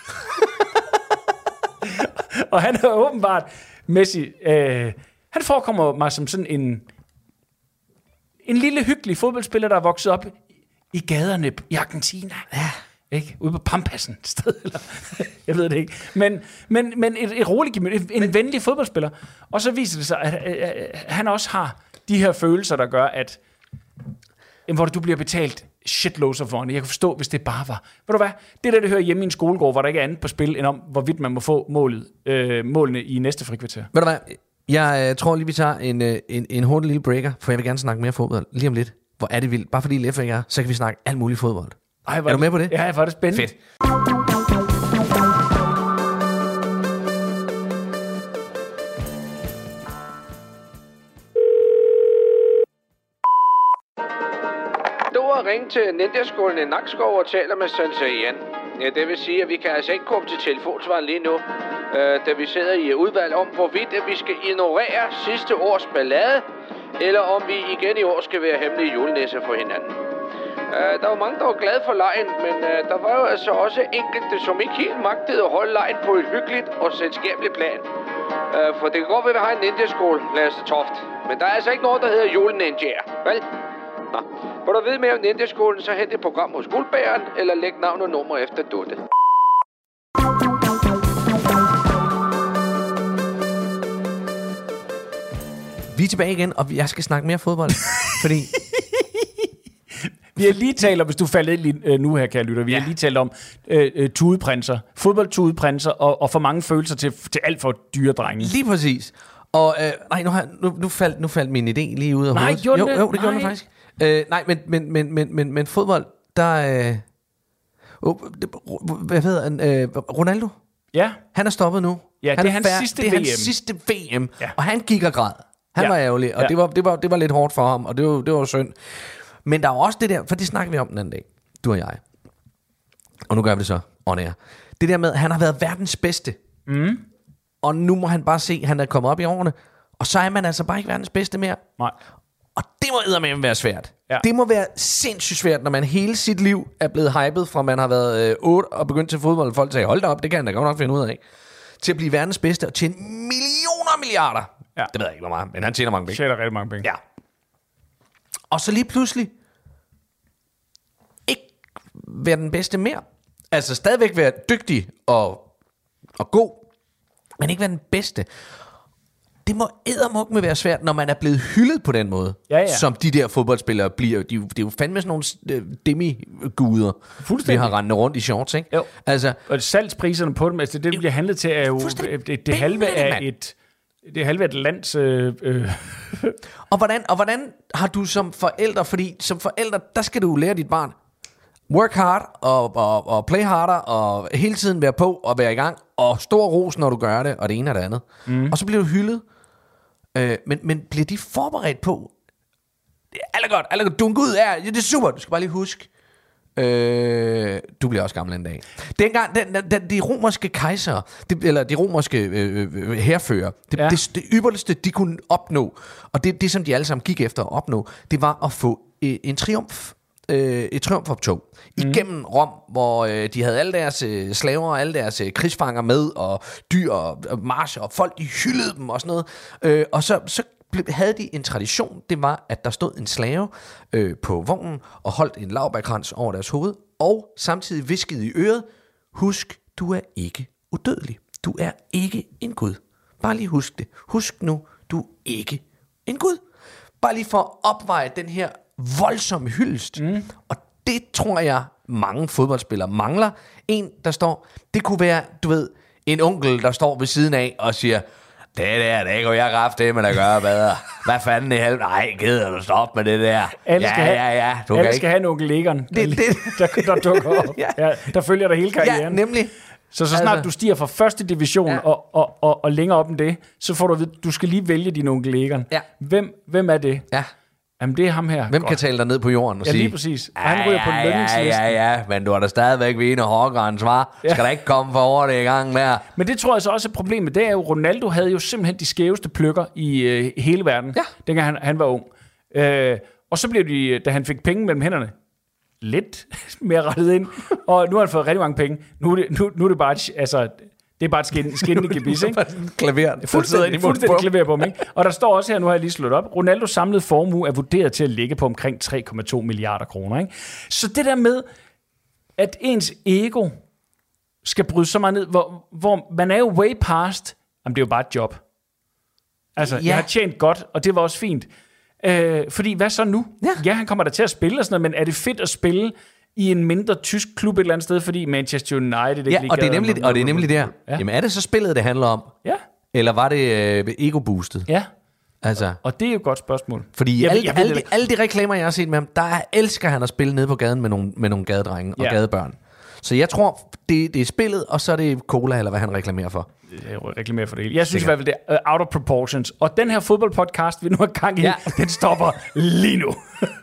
Og han er åbenbart, Messi, øh, han forekommer mig som sådan en, en lille hyggelig fodboldspiller, der er vokset op i gaderne i Argentina. Ja. Ikke? Ude på Pampassen sted, eller jeg ved det ikke. Men, men, men et, et roligt, en, en venlig fodboldspiller. Og så viser det sig, at, at, at han også har de her følelser, der gør, at hvor du bliver betalt shitloads of money. Jeg kan forstå, hvis det bare var. Ved du hvad? Det der, det hører hjemme i en skolegård, hvor der ikke er andet på spil, end om, hvorvidt man må få målet, øh, målene i næste frikvarter. Ved du hvad? Jeg øh, tror lige, vi tager en, øh, en, en hurtig lille breaker, for jeg vil gerne snakke mere fodbold lige om lidt. Hvor er det vildt. Bare fordi Leffe ikke er, så kan vi snakke alt muligt fodbold. Ej, er du med på det? Ja, var det spændende. Fedt. Du har ringet til Ninja-skolen i Nakskov og taler med Sansayan. Ja, det vil sige, at vi kan altså ikke komme til telefonsvaren lige nu, øh, da vi sidder i udvalg om, hvorvidt at vi skal ignorere sidste års ballade, eller om vi igen i år skal være hemmelige julenæsser for hinanden. Uh, der var mange, der var glade for lejen, men uh, der var jo altså også enkelte, som ikke helt magtede at holde lejen på et hyggeligt og selskabeligt plan. Uh, for det kan godt være, at vi har en ninja-skole, Lasse Toft. Men der er altså ikke noget, der hedder juleninjaer, vel? Nå, for du ved mere om ninja-skolen, så hent et program hos guldbæren, eller læg navn og nummer efter dutte. Vi er tilbage igen, og jeg skal snakke mere fodbold, fordi... Vi har lige talt om, hvis du faldt ind lige, øh, nu her, kære lytter, vi ja. har lige talt om øh, øh, tudeprinser, fodboldtudeprinser og, og for mange følelser til, til alt for dyre drenge. Lige præcis. Og øh, nej, nu, har, nu, nu, faldt, nu faldt min idé lige ud af nej, hovedet. Gjorde jo, det? jo, det gjorde nej. den faktisk. Øh, nej, men, men, men, men, men, men fodbold, der... Øh, oh, det, hvad hedder han? Øh, Ronaldo? Ja. Han er stoppet nu. Ja, han det er hans færd, sidste det er V M. hans sidste V M, ja. og han gik og græd. Han ja. var ærgerlig, og ja. det, var, det, var, det var lidt hårdt for ham, og det var, det var synd. Men der er også det der, for det snakker vi om den anden dag, du og jeg. Og nu gør vi det så, on air. Det der med, at han har været verdens bedste. Mm. Og nu må han bare se, at han er kommet op i årene. Og så er man altså bare ikke verdens bedste mere. Nej. Og det må eddermame være svært. Ja. Det må være sindssygt svært, når man hele sit liv er blevet hypet, fra man har været øh, otte og begyndt til fodbold, og folk siger, hold da op, det kan han da godt nok finde ud af, til at blive verdens bedste og tjene millioner af milliarder. Ja. Det ved jeg ikke, hvor meget, men han tjener mange penge. Tjener rigtig mange penge. Ja. Og så lige pludselig ikke være den bedste mere. Altså stadigvæk være dygtig og, og god, men ikke være den bedste. Det må eddermuk med være svært, når man er blevet hyldet på den måde, ja, ja. som de der fodboldspillere bliver. De, de er jo fandme sådan nogle øh, demi-guder, vi har rendende rundt i shorts, ikke? Jo. Altså, og salgspriserne på dem, altså det, det bliver handlet til, er jo det, det, det halve af et det halve af et lands. Øh, øh. og hvordan og hvordan har du som forælder, fordi som forælder der skal du lære dit barn work hard og, og, og play harder og hele tiden være på og være i gang og stor ros når du gør det og det ene og det andet. Mm. Og så bliver du hyldet. Øh, men, men bliver de forberedt på alt er godt, alt er godt, du er en gud, ja, det er super, du skal bare lige huske øh, du bliver også gammel en dag. Dengang den, den, den, de romerske kejsere de, eller de romerske øh, hærfører det, ja. det, det ypperligste de kunne opnå, og det, det som de alle sammen gik efter at opnå, det var at få øh, en triumf øh, et triumfoptog mm. igennem Rom, hvor øh, de havde alle deres øh, slaver og alle deres øh, krigsfanger med, og dyr og, og marcher, og folk de hyldede dem og sådan noget. Øh, og så, så ble, havde de en tradition, det var, at der stod en slave øh, på vognen og holdt en laurbærkrans over deres hoved, og samtidig viskede i øret, husk, du er ikke udødelig. Du er ikke en gud. Bare lige husk det. Husk nu, du er ikke en gud. Bare lige for at opveje den her voldsom hyldest. Mm. Og det tror jeg mange fodboldspillere mangler. En der står, det kunne være, du ved, en onkel der står ved siden af og siger, det der, det kunne jeg kraft det, men at gøre bedre. Hvad fanden i helvede? Nej, gider du stoppe med det der? Alle ja, skal have, ja, ja. Du alle kan skal ikke. have en onkel Legeren, Det, det. der, der dukker op. Ja. Ja, der følger der hele karrieren. Ja, nemlig. Så så snart Altså- du stiger fra første division Ja. og, og, og, og længere op end det, så får du at vide, du skal lige vælge din onkel Legeren. Ja. Hvem, hvem er det? Ja. Jamen, det er ham her. Hvem Godt. kan tale dig ned på jorden og Ja, sige, lige præcis. Han ryger på ja, lønningslisten. ja, ja, men du har da stadigvæk vinde hårdgræns, var. Ja. Skal der ikke komme for over det i gang der? Men det tror jeg så også er problemet. Det er jo, Ronaldo havde jo simpelthen de skæveste pløkker i øh, hele verden, Ja. dengang han, han var ung. Øh, og så blev de, da han fik penge mellem hænderne, lidt mere rettet ind. Og nu har han fået rigtig mange penge. Nu er det, nu, nu er det bare et, altså, det er bare et skin, skinnende gebis, ikke? Klaver. Fuldstændig, fuldstændig klaver på dem, ikke? Og der står også her, nu har jeg lige slået op, Ronaldos samlede formue er vurderet til at ligge på omkring tre komma to milliarder kroner, ikke? Så det der med, at ens ego skal bryde så meget ned, hvor, hvor man er jo way past, jamen det er jo bare et job. Altså, ja. Jeg har tjent godt, og det var også fint. Øh, fordi hvad så nu? Ja. ja, han kommer der til at spille og sådan noget, men er det fedt at spille i en mindre tysk klub et eller andet sted, fordi Manchester United ikke Ja, lige og det er gad nemlig, ham? og det er nemlig der. Ja. Jamen er det så spillet, det handler om? Ja, Eller var det øh, ego-boostet? ja. Altså, Og det er jo et godt spørgsmål. fordi Jeg ved- alle, jeg ved alle, det de, alle de reklamer, jeg har set med ham, der elsker han at spille nede på gaden med nogle, med nogle gadedrenge og Ja. gadebørn. Så jeg tror, det, det er spillet, og så er det cola, eller hvad han reklamerer for. Jeg reklamerer for det. Jeg synes Sikkert. i hvert fald, det er uh, out of proportions. Og den her fodboldpodcast, vi nu har gang i, Ja. den stopper lige nu.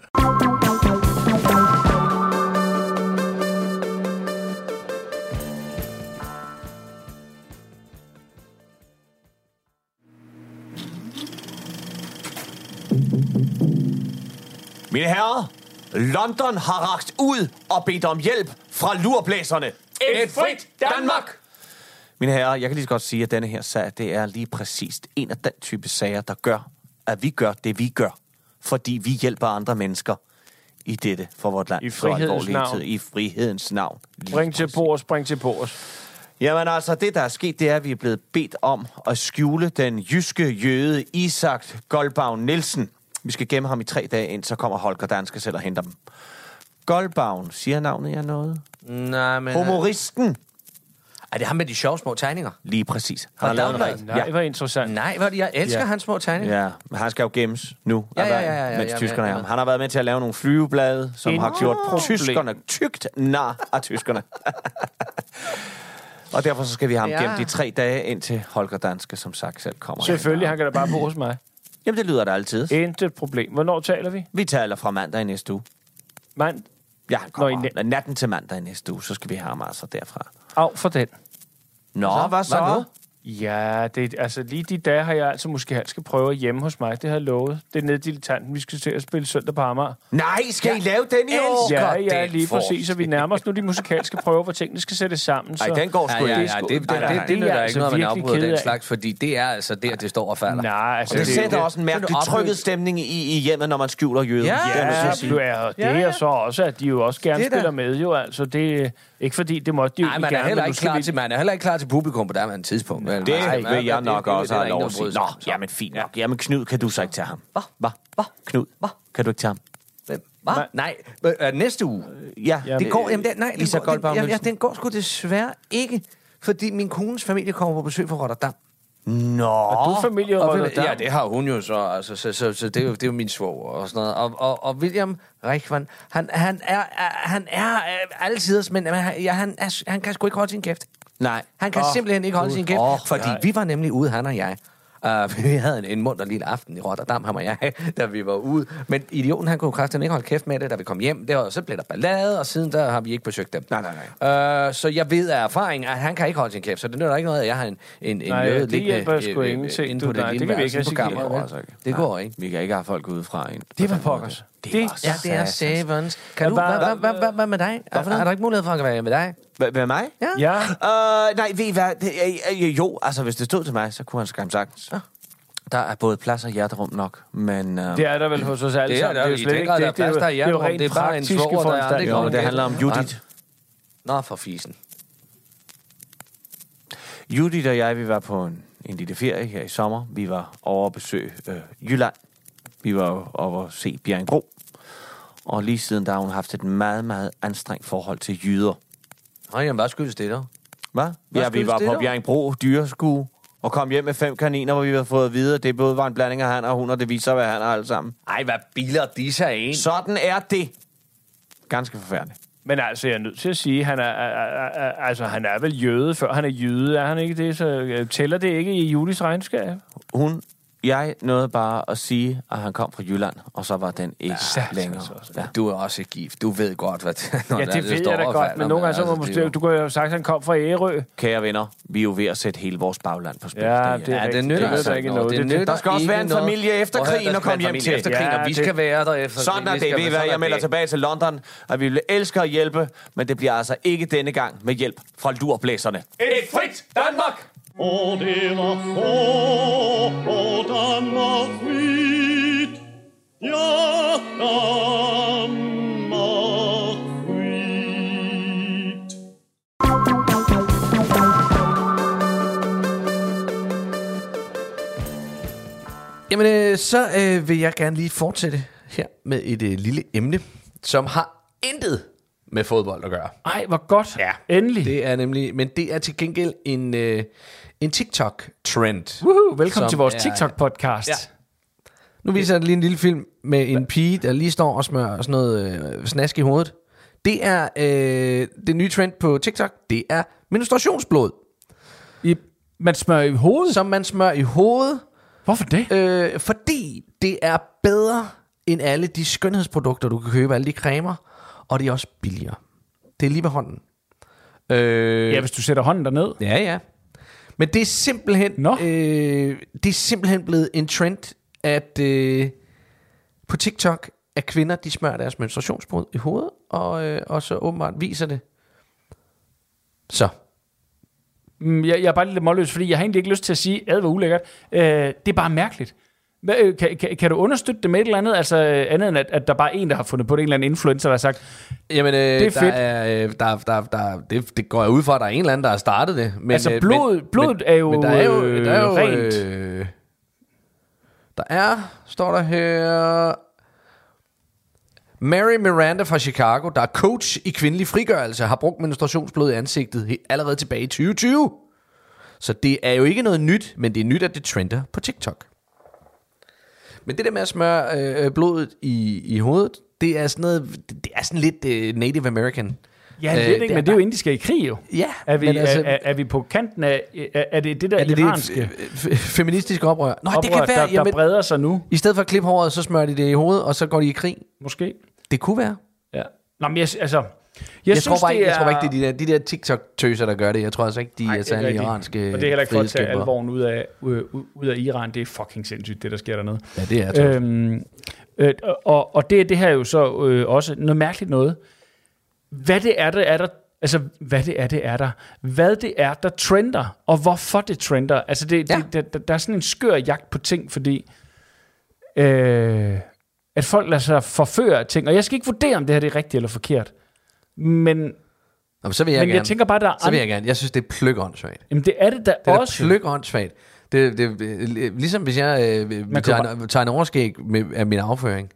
Mine herrer, London har rakt ud og bedt om hjælp fra lurblæserne. Et frit Danmark! Mine herrer, jeg kan lige så godt sige, at denne her sag, det er lige præcis en af den type sager, der gør, at vi gør det, vi gør. Fordi vi hjælper andre mennesker i dette for vort land. I så frihedens alvorlige navn. tid. I frihedens navn. Lige Spring til præcis. bords, spring til bords. Jamen altså, det der er sket, det er, at vi er blevet bedt om at skjule den jyske jøde Isak Goldbaum Nielsen. Vi skal gemme ham i tre dage, ind så kommer Holger Danske selv og henter dem. Goldbaum, siger navnet jer noget? Nej, men... Humoristen. Er det ham med de sjove små tegninger? Lige præcis. Han Og har lavet en download. rigtig- Nej, hvor interessant. Nej, hvor jeg elsker Ja. hans små tegninger. Ja, men han skal jo gemmes nu, Ja, af ja, verden, ja, ja, ja, mens ja, tyskerne ja, er ja. ham. Han har været med til at lave nogle flyveblade, som En har gjort problem. tyskerne tykt nar af tyskerne. Og derfor så skal vi have ham Ja. gemt i tre dage, indtil Holger Danske, som sagt, selv kommer. Selvfølgelig, han kan da bare bo hos mig. Jamen, det lyder da altid. Intet problem. Hvornår taler vi? Vi taler fra mandag i næste uge. Mand, Ja, han Nå, i kommer næ- natten til mandag i næste uge, så skal vi have ham altså derfra. af for den. Nå, Så? hvad så? Hvad nu? Ja, det, altså lige de dage har jeg altså måske skal prøve hjemme hos mig. Det har jeg lovet. Det er nede i Dilettanten. Vi skal til at spille søndag på Amager. Nej, skal ja. I lave den i år? Ja, ja, lige præcis. Så vi nærmer os nu de musikalske prøver, hvor tingene skal sættes sammen. Nej, den går sgu ja, ja, ikke. ja, det, det, det, det, det nytter ikke noget, man afbryder den slags, fordi det er altså der, det står og falder. Nej, altså... Og det, det sætter det, også en mærkelig trykket stemning i, i hjemmet, når man skjuler jøden. Ja, det er, det er så også, at de jo også gerne spiller med, jo. Altså, det ikke fordi, det måtte de jo Nej, man er heller ikke klar til, man er heller ikke klar til publikum på der en tidspunkt. Det vil jeg nok også have lov at sige. Nå, jamen fint nok. Jamen Knud, kan du så ikke tage ham? Hvad? Hvad? Hvad? Knud, hvad? Kan du ikke tage ham? Hvad? Nej, næste uge. Ja, det går, jamen, nej, den går, ja, ja, den går sgu desværre ikke, fordi min kones familie kommer på besøg fra Rotterdam. Nå. Og du familie i Rotterdam? Ja, det har hun jo så, altså, så, så, så det, er jo, det er jo min svoger og sådan noget. Og, og, og William Reichmann, han, han er, han er altid, men ja, han, er, han kan sgu ikke holde sin kæft. Nej. Han kan oh, simpelthen ikke holde sin kæft, oh, fordi nej. Vi var nemlig ude, han og jeg. Uh, vi havde en, en munter lille aften i Rotterdam, ham og jeg, da vi var ude. Men idioten, han kunne kraftigt ikke holde kæft med det, da vi kom hjem. Det var, så blev der ballade, og siden der har vi ikke besøgt dem. Nej, nej, nej. Uh, så jeg ved af erfaring, at han kan ikke holde sin kæft, så det nytter ikke noget, at jeg har en, en, en nej, jøde det hjælper sgu ingenting. inde på det lille værelse på kammeret. Det går ikke. Vi kan ikke have folk udefra ind. Det var pokkers. Det, ja, det er Sevens. Kan du, hvad med dig? Er der ikke mulighed for at være med dig? Hvad mig? Ja. Ja. Uh, nej, ved I hvad? Det, øh, jo, altså hvis det stod til mig, så kunne han skræmme sagtens. Ja. Der er både plads og hjerterum nok, men... Uh, det er der vel hos os alle sammen. Det er, det er jo slet ikke det. Der er plads, der er hjerterum. Det er bare en svoger, der er det. Jo, det handler om Judith. Nå, for fisen. Judith og jeg, vi var på en, en lille ferie her i sommer. Vi var over at besøge øh, Jylland. Vi var over at se Bjerringbro. Og lige siden, der har hun haft et meget, meget anstrengt forhold til jyder. Nej, jamen, hvad skyldes det, der? Hvad? Ja, vi var på Bjerringbro dyreskue. Og kom hjem med fem kaniner, hvor vi havde fået at vide, at det både var en blanding af han og hun, og det viser, hvad han er alle sammen. Ej, hvad biler disse er en? Sådan er det. Ganske forfærdeligt. Men altså, jeg er nødt til at sige, han er, er, er, altså, han er vel jøde, før han er jyde. Er han ikke det? Så tæller det ikke i Julis regnskab? Hun... Jeg nåede bare at sige, at han kom fra Jylland, og så var den ikke ja, længere. Ja. Du er også gift. Du ved godt, hvad det ja, det, det ved jeg da godt, men nogle gange så må man støve. Du kunne jo have sagt, at han kom fra Ærø. Kære venner, vi er jo ved at sætte hele vores bagland på spil. Ja, det, ja, det nytter altså ikke noget. Det det der skal også være en familie efter krigen at komme hjem til. Efter krigen, og vi skal være der efter. Sådan er det. Ved I hvad, jeg melder tilbage til London, og vi vil elske at hjælpe, men det bliver altså ikke denne gang med hjælp fra lurblæserne. Et frit Danmark! Og det var få, og Danmark frit. Ja, Danmark frit. Jamen, øh, så øh, vil jeg gerne lige fortsætte her med et øh, lille emne, som har intet med fodbold at gøre. Ej, hvor godt. Ja, endelig. Det er nemlig, men det er til gengæld en, øh, en TikTok-trend. Woohoo, velkommen til vores TikTok-podcast. Ja. Nu viser jeg lige en lille film med en pige, der lige står og smører sådan noget øh, snask i hovedet. Det er øh, det nye trend på TikTok. Det er menstruationsblod. I, man smører i hovedet? Som man smører i hovedet. Hvorfor det? Øh, fordi det er bedre end alle de skønhedsprodukter, du kan købe, alle de cremer. Og det er også billigere. Det er lige ved hånden. Øh, ja, hvis du sætter hånden derned. Ja, ja. Men det er simpelthen, no. øh, det er simpelthen blevet en trend, at øh, på TikTok, at kvinder, de smører deres menstruationsblod i hovedet, og, øh, og så åbenbart viser det. Så. Jeg, jeg er bare lidt målløs, fordi jeg har egentlig ikke lyst til at sige, ad hvor ulækkert. Øh, det er bare mærkeligt. Kan, kan, kan du understøtte det med et eller andet? Altså andet end, at, at der bare er en, der har fundet på det, en eller anden influencer, der har sagt, jamen, øh, det er der fedt. Er, der, der, der, det, det går jeg ud fra, at der er en eller anden, der har startet det. Men, altså blod, men, blodet er jo, men der er jo, der er jo rent. Øh, der er, står der her... Mary Miranda fra Chicago, der er coach i kvindelig frigørelse, har brugt menstruationsblod i ansigtet allerede tilbage i tyve tyve. Så det er jo ikke noget nyt, men det er nyt, at det trender på TikTok. Men det der med at smøre øh, blodet i, i hovedet, det er sådan noget, det er sådan lidt øh, Native American. Ja, lidt, øh, ikke, det men det er jo indiske i krig jo. Ja, er vi, men altså, er, er vi på kanten af, er, er det det der er det iranske det f- f- feministiske oprør? Nå, oprør, det kan være, der, der jamen, breder sig nu. I stedet for at klippe håret, så smører de det i hovedet, og så går de i krig. Måske. Det kunne være. Ja. Nå, men jeg, altså, Jeg, jeg, tror bare ikke, jeg tror bare ikke, det er de der, de der TikTok-tøser, der gør det. Jeg tror altså ikke, de Ej, er særlig iranske. Og det er heller ikke for at tage alvoren ud af, ud, ud af Iran. Det er fucking sindssygt, det der sker dernede. Ja, det er det. Øhm, øh, og, og det, det her er jo så øh, også noget mærkeligt noget. Hvad det er, der er der Altså, hvad det er, det er der. Hvad det er, der trender, og hvorfor det trender. Altså, det, ja. det, der, der er sådan en skør jagt på ting, fordi øh, at folk lader sig forføre af ting. Og jeg skal ikke vurdere, om det her det er rigtigt eller forkert. Men, Jamen, så vil jeg men gerne. jeg tænker bare, der er... Så vil jeg gerne. Jeg synes, det er pløkåndssvagt. Jamen, det er det da det er også. Det er pløkåndssvagt. Det, det, det, ligesom hvis jeg øh, tager, bare... tager en overskæg med, af min afføring.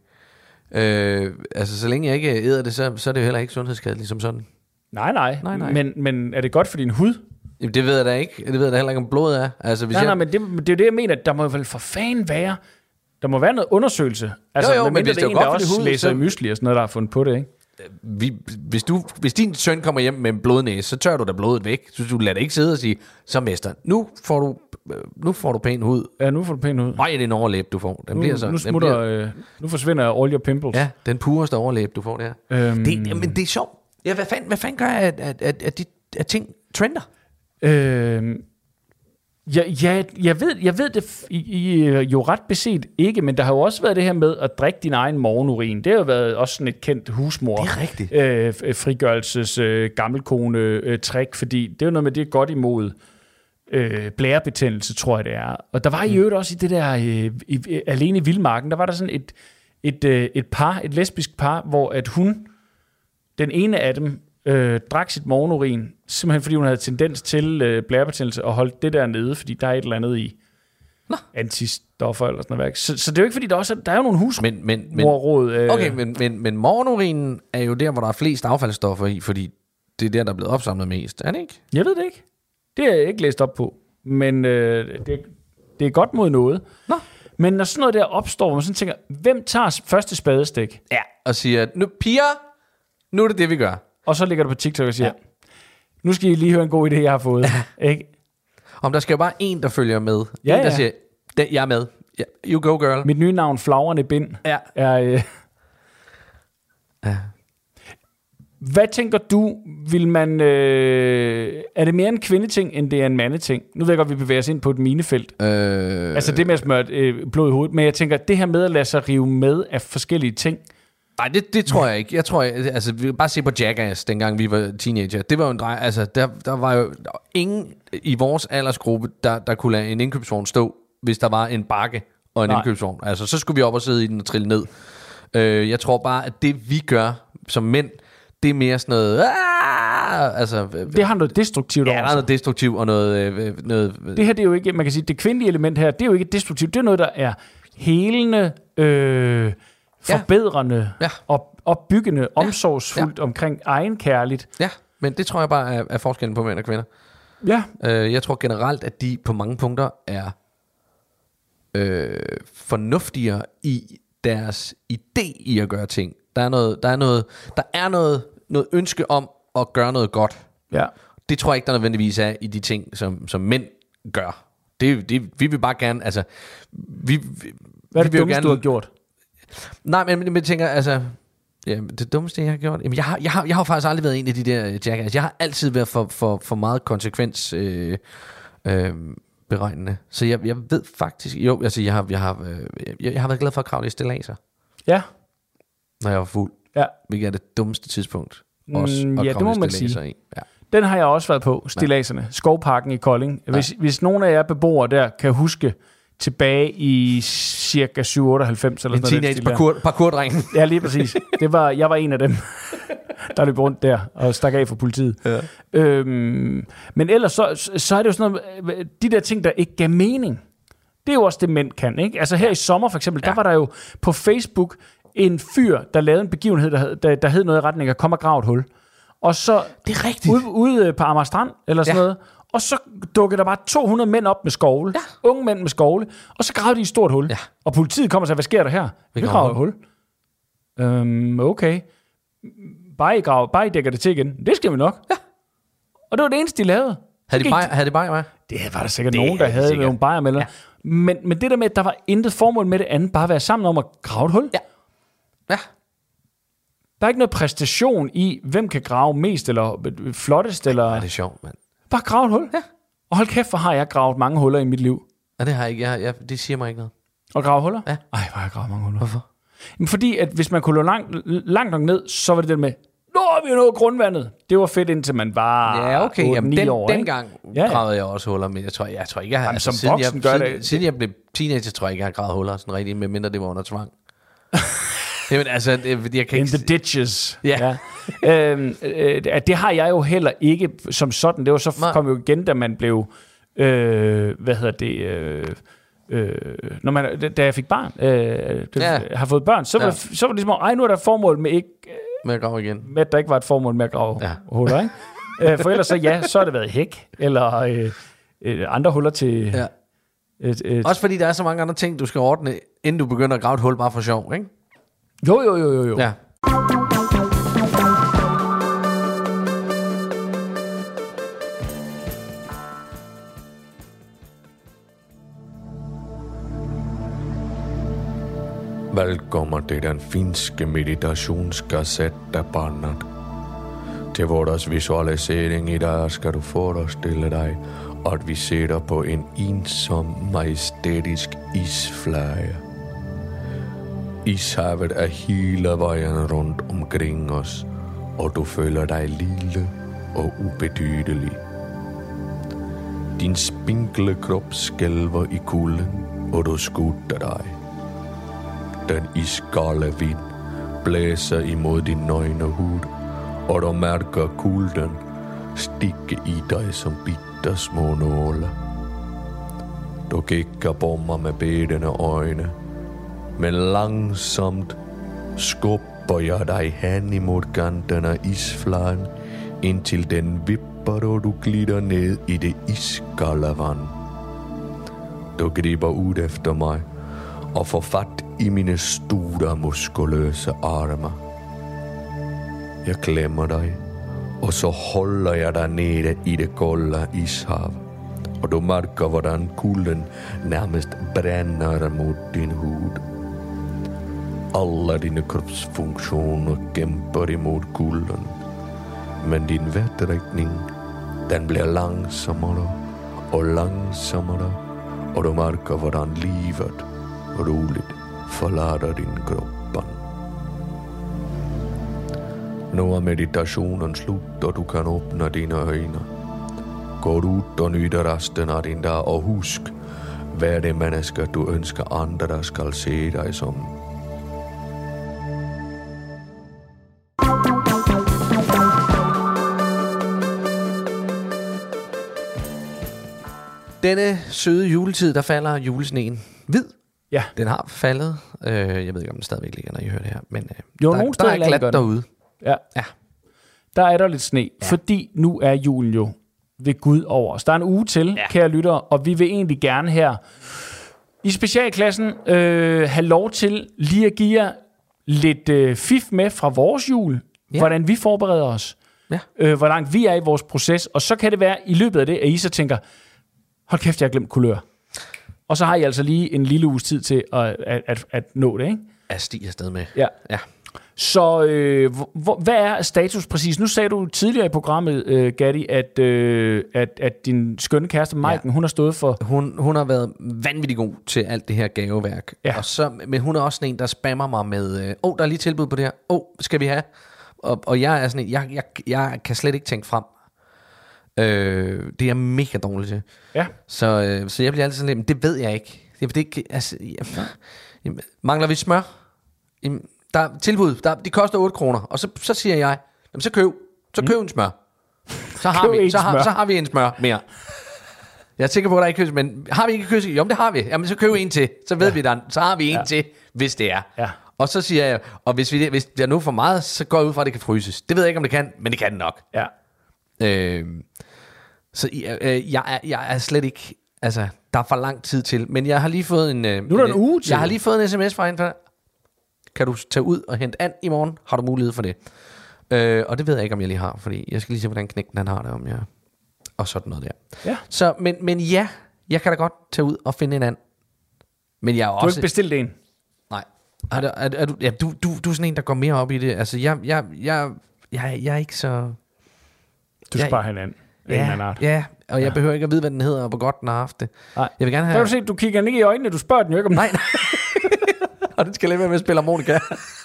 Øh, altså, så længe jeg ikke æder det, så, så er det jo heller ikke sundhedsskadeligt som sådan. Nej, nej. nej, nej. Men, men er det godt for din hud? Jamen, det ved jeg da ikke. Det ved jeg da heller ikke, om blodet er. Altså, hvis nej, jeg... nej, men det, det er jo det, jeg mener. Der må vel for fanden være... Der må være noget undersøgelse. Altså, jo, jo, men hvis det er en, godt der for også hud, læser så... i mysli og sådan noget, der har fundet på det, ikke? Vi, hvis, du, hvis din søn kommer hjem med en blodnæse, så tør du da blodet væk. Så du lader det ikke sidde og sige, så mester, nu får du, nu får du pæn hud. Ja, nu får du pæn hud. Nej, det er en overlæb, du får. Den nu, bliver så, nu, smutter, den bliver, øh, nu forsvinder all your pimples. Ja, den pureste overlæb, du får der. Øhm, det, men det er sjovt. Ja, hvad fanden, hvad fanden gør, at, at, at, at de at ting trender? Øhm, ja, ja, jeg, ved, jeg ved det i, i, jo ret beset ikke, men der har jo også været det her med at drikke din egen morgenurin. Det har jo været også sådan et kendt husmor. Det er rigtigt. Øh, frigørelses øh, gammelkone øh, trick, fordi det er jo noget med det er godt imod øh, blærebetændelse, tror jeg det er. Og der var i øvrigt også i det der øh, i, alene i Vildmarken, der var der sådan et, et, øh, et par, et lesbisk par, hvor at hun, den ene af dem, Øh, drak sit morgenurin, simpelthen fordi hun havde tendens til øh, blærebetændelse og holdt det der nede, fordi der er et eller andet i Nå. antistoffer eller sådan noget. Så, så det er jo ikke fordi, der også er, der er jo nogle hus men, men, men, morråd, øh, okay, men, men, men morgenurinen er jo der, hvor der er flest affaldsstoffer i, fordi det er der, der er blevet opsamlet mest. Er det ikke? Jeg ved det ikke. Det har jeg ikke læst op på. Men øh, det, det er godt mod noget. Nå. Men når sådan noget der opstår, hvor man sådan tænker, hvem tager første spadestik? Ja, og siger, nu piger, nu er det det, vi gør. Og så ligger du på TikTok og siger, ja. Nu skal I lige høre en god idé, jeg har fået. Ikke? Om der skal jo bare en, der følger med. Ja, en, der ja. siger, jeg er med. You go, girl. Mit nye navn, Flagrende Bind, ja. er... Øh... Ja. Hvad tænker du, vil man... Øh... Er det mere en kvindeting, end det er en mandeting? Nu ved jeg godt, vi bevæger os ind på et minefelt. Øh... Altså det med at smøre øh, blod i hovedet. Men jeg tænker, det her med at lade sig rive med af forskellige ting... Nej, det, det tror jeg ikke. Jeg tror, jeg, altså, vi kan bare se på Jackass, dengang vi var teenager. Det var jo en drej, altså, der, der var jo der var ingen i vores aldersgruppe, der, der kunne lade en indkøbsvogn stå, hvis der var en bakke og en Nej. indkøbsvogn. Altså, så skulle vi op og sidde i den og trille ned. Øh, jeg tror bare, at det vi gør som mænd, det er mere sådan noget... Aah! Altså, det har noget destruktivt over sig. Ja, der er noget destruktivt og noget, noget... Det her, det er jo ikke... Man kan sige, det kvindelige element her, det er jo ikke destruktivt. Det er noget, der er helende... Øh, forbedrende ja. og opbyggende, ja. omsorgsfuldt ja. omkring egenkærligt. Ja, men det tror jeg bare er, er forskellen på mænd og kvinder. Ja. Øh, jeg tror generelt, at de på mange punkter er øh, fornuftigere i deres idé i at gøre ting. Der er noget, der er noget, der er noget, noget ønske om at gøre noget godt. Ja. Det tror jeg ikke, der nødvendigvis er i de ting, som, som mænd gør. Det, det, vi vil bare gerne, altså... Vi, vi, Hvad er det vi dummeste, gerne, du har gjort? Nej, men, men jeg tænker, altså... Ja, det dummeste, jeg har gjort... Jamen, jeg har, jeg har, jeg har faktisk aldrig været en af de der jackass. Jeg har altid været for, for, for meget konsekvens øh, øh, beregnende. Så jeg, jeg ved faktisk... Jo, altså, jeg har, jeg, har, øh, jeg, jeg har været glad for at kravle i stilladser. Ja. Når jeg var fuld. Ja. Hvilket er det dummeste tidspunkt. Også mm, at ja, det må man sige. I. Ja. Den har jeg også været på, stilladserne. Skovparken i Kolding. Hvis, ja. hvis nogen af jer beboere der kan huske... tilbage i cirka syv otteoghalvfems eller en sådan noget. En teenage parkour, parkour-dreng. Ja, lige præcis. Det var, jeg var en af dem, der løb rundt der og stak af for politiet. Ja. Øhm, men ellers så, så er det jo sådan noget, de der ting, der ikke gav mening, det er jo også det, mænd kan, ikke? Altså her i sommer for eksempel, ja. der var der jo på Facebook en fyr, der lavede en begivenhed, der hed, der, der hed noget i retning af kom og grav et hul. Og så det er rigtigt. Ude, ude på Amager Strand, eller sådan ja. noget, og så dukkede der bare to hundrede mænd op med skovle. Ja. Unge mænd med skovle. Og så gravede de et stort hul. Ja. Og politiet kommer og siger, hvad sker der her? Vi, Vi graver et hul. Øhm, okay. Bare I, graver, bare I dækker det til igen. Det skal vi nok. Ja. Og det var det eneste, de lavede. Havde de bajer, havde de bajer med? Det var der sikkert det nogen, der havde nogle bajer med. Ja. Men, men det der med, at der var intet formål med det andet, bare at være sammen om at grave et hul. Ja. Ja. Der er ikke noget præstation i, hvem kan grave mest eller flottest. Eller... Ja, det er sjovt, mand. Bare grave et hul. Ja. Og hold kæft, hvor har jeg gravet mange huller i mit liv. Ja, det har jeg ikke. Jeg, jeg, det siger mig ikke noget. Og grave huller? Ja. Ej, hvor har jeg gravet mange huller. Hvorfor? Jamen, fordi at hvis man kunne løbe langt, langt nok ned, så var det det med, nå, vi er nået grundvandet. Det var fedt, indtil man var ja, okay. otte, Jamen, den, år. Dengang ja, ja. gravede jeg også huller, men jeg tror, jeg tror ikke, jeg har... Jamen, altså, som siden voksen jeg, gør siden, det. Siden jeg blev teenager, tror jeg ikke, jeg har gravet huller sådan rigtigt, medmindre det var under tvang. Jamen, altså, det, jeg kan In ikke... the ditches. Ja. ja. øhm, øh, det har jeg jo heller ikke som sådan. Det var så Nej. kom jo igen, da man blev... Øh, hvad hedder det... Øh, øh, når man, da jeg fik barn, øh, det, Ja. har fået børn, så var, Ja. det, så var det ligesom, ej, nu er der formål med ikke... Med at grave igen. Med at der ikke var et formål med at grave Ja. huller, ikke? øh, for ellers så ja, så har det været hæk, eller øh, øh, andre huller til... Ja. Et, et, Også fordi der er så mange andre ting, du skal ordne, inden du begynder at grave et hul bare for sjov, ikke? jo, jo, jo, jo, jo. Ja. Välkommen till den finske meditationskassettepannan. Till vårdars visualisering idag ska du föreställa dig att vi sitter på en ensam majestätisk isflöja. Ishavet är hela vägen runt omkring oss och du føler dig lille och obetydelig. Din spinkle krop skälver i kulden och du skjuter dig. Den iskalde vind blæser imod din nøgne hud, og du mærker kulden stikke i dig som bitter små nåle. Du kigger på mig med bedende øjne, men langsomt skubber jeg dig hen imod kanten af isfladen, indtil den vipper, og du glider ned i det iskalde vand. Du griber ud efter mig og får fat i mine store, muskuløse arme. Jeg klemmer dig, og så holder jeg dig nede i det kolde ishav, og du mærker, hvordan kulden nærmest brænder mod din hud. Alle dine kropsfunktioner kæmper imod kulden, men din vejrtrækning, den bliver langsommere og langsommere, og du mærker, hvordan livet roligt forlader din kroppen. Nu er meditationen slut, og du kan åbne dine øjne. Gå ud og nyde resten af din dag, og husk, hvad det menneske, du ønsker andre skal se dig som. Denne søde juletid, der falder julesneen hvid. Ja. Den har faldet. Øh, jeg ved ikke, om den stadigvæk ligger, når I hører det her. Men øh, Jo, der, nogle der steder er i landet gør glat den. derude. Ja. Ja. Der er der lidt sne, ja. Fordi nu er julen jo ved Gud over os. Der er en uge til, ja. Kære lyttere, og vi vil egentlig gerne her i specialklassen øh, have lov til lige at give jer lidt øh, fif med fra vores jul, ja. Hvordan vi forbereder os, ja. øh, hvor langt vi er i vores proces, og så kan det være i løbet af det, at I så tænker, hold kæft, jeg har glemt kulør. Og så har I altså lige en lille uges tid til at, at, at, at nå det, ikke? At stige afsted med. Ja. Ja. Så øh, hvor, hvad er status præcis? Nu sagde du tidligere i programmet, øh, Gatti, at, øh, at, at din skønne kæreste, Maiken, ja. hun har stået for... Hun, hun har været vanvittig god til alt det her gaveværk. Ja. Og så, men hun er også sådan en, der spammer mig med, åh, øh, oh, der er lige tilbud på det her. Åh, oh, skal vi have? Og, og jeg er sådan en, jeg, jeg, jeg kan slet ikke tænke frem. Øh, det er jeg mega dårlig til. Ja. Så, øh, så jeg bliver altid sådan lidt, men det ved jeg ikke. Jeg ved ikke, altså... Jeg, jamen, mangler vi smør? Jamen, der er tilbud, der, de koster otte kroner. Og så, så siger jeg, jamen så køb, så køb mm. en smør. Så har, vi, så, har, så har vi en smør mere. Jeg er sikker på, at der ikke køs, men har vi ikke køs? Jo, det har vi. Jamen så køb en til, så ved ja. vi den. Så har vi en ja. til, hvis det er. Ja. Og så siger jeg, og hvis, vi, hvis der er nu for meget, så går jeg ud fra, at det kan fryses. Det ved jeg ikke, om det kan, men det kan det nok. Ja. Øh, så øh, jeg, er, jeg er slet ikke, altså, der er for lang tid til. Men jeg har lige fået en... Øh, nu er der en uge til. Jeg har lige fået en sms fra en for kan du tage ud og hente and i morgen? Har du mulighed for det? Øh, og det ved jeg ikke, om jeg lige har, fordi jeg skal lige se, hvordan knækken han har det, om jeg... Og sådan noget der. Ja. Så, men, men ja, jeg kan da godt tage ud og finde en and. Men jeg er du også... har ikke bestilt en? Nej. Er, er, er, er du, ja, du, du, du er sådan en, der går mere op i det. Altså, jeg, jeg, jeg, jeg, jeg er ikke så... Du skal bare have en anden. Ja, en art. ja, og jeg Ja. behøver ikke at vide, hvad den hedder, og hvor godt den har haft det. Nej. Jeg vil gerne Kan have... du se, du kigger den ikke i øjnene, du spørger den jo ikke om... Nej, nej. Og den skal lade være med at spille harmonika.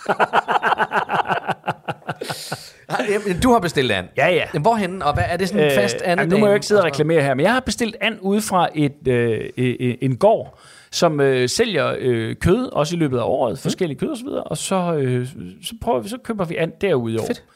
Du har bestilt and. Ja, ja. Jamen, hvorhenne, og hvad er det sådan en fast Øh, andet? nu må jeg jo ikke sidde og reklamere her, men jeg har bestilt and ude fra et, øh, øh, en gård, som øh, sælger øh, kød, også i løbet af året, mm. forskellige kød og så videre, og så, øh, så, prøver vi, så køber vi and derude i år. Fedt.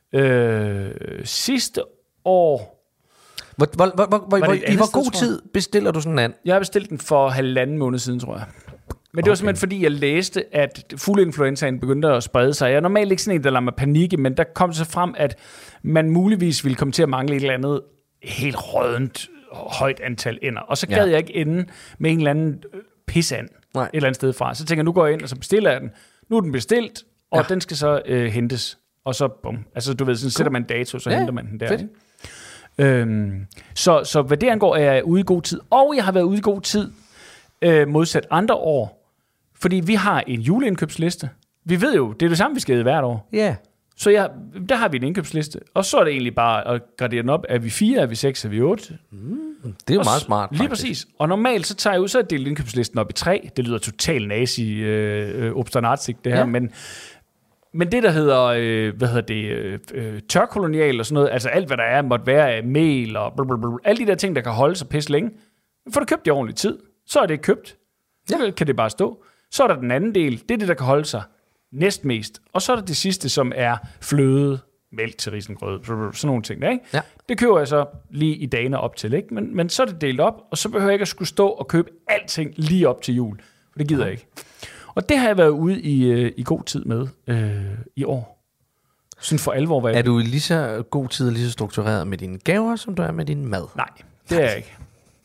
Øh, sidste år... Hvor, hvor, hvor, hvor, hvor, det et I andet hvor sted, god tror jeg? tid bestiller du sådan en and? Jeg har bestilt den for halvanden måned siden, tror jeg. Men det var simpelthen fordi, jeg læste, at fugleinfluenzaen begyndte at sprede sig. Jeg er normalt ikke sådan en, der lader mig panikke, men der kom så frem, at man muligvis ville komme til at mangle et eller andet helt rådent højt antal ender. Og så gad Ja. jeg ikke ende med en eller anden pissand Nej. et eller andet sted fra. Så tænker jeg, nu går jeg ind, og så bestiller jeg den. Nu er den bestilt, og ja. den skal så øh, hentes. Og så, bum. Altså, du ved, sådan sætter man en dato, så Ja, henter man den der. fedt. Ikke? Øhm, så, så hvad det angår, er jeg ude i god tid. Og jeg har været ude i god tid, øh, modsat andre år. Fordi vi har en juleindkøbsliste. Vi ved jo, det er det samme, vi skal i hvert år. Ja. Yeah. Så ja, der har vi en indkøbsliste. Og så er det egentlig bare at gradere den op. Er vi fire, er vi seks, er vi otte? Mm, det er jo Og meget s- smart, Lige faktisk. præcis. Og normalt så tager jeg ud, så er jeg delt indkøbslisten op i tre. Det lyder totalt nazi øh, øh, obsternatzik, det her. Ja. Men, men det, der hedder, øh, hvad hedder det, øh, øh, tørkolonial og sådan noget, altså alt, hvad der er, måtte være af mel og blablabla, alle de der ting, der kan holde sig pisse længe, får du købt i ordentlig tid. Så er det købt. Så ja. kan det bare stå. Så er der den anden del. Det er det, der kan holde sig næstmest. Og så er der det sidste, som er fløde, mælk til risengrød, sådan nogle ting der, ikke? Ja. Det køber jeg så lige i dagene op til, ikke? Men, men så er det delt op, og så behøver jeg ikke at skulle stå og købe alting lige op til jul. For det gider jeg ikke. Og det har jeg været ude i, øh, i god tid med øh, i år. Sådan for alvor. Hvad Er du i lige så god tid og lige så struktureret med dine gaver, som du er med din mad? Nej, det er jeg ikke.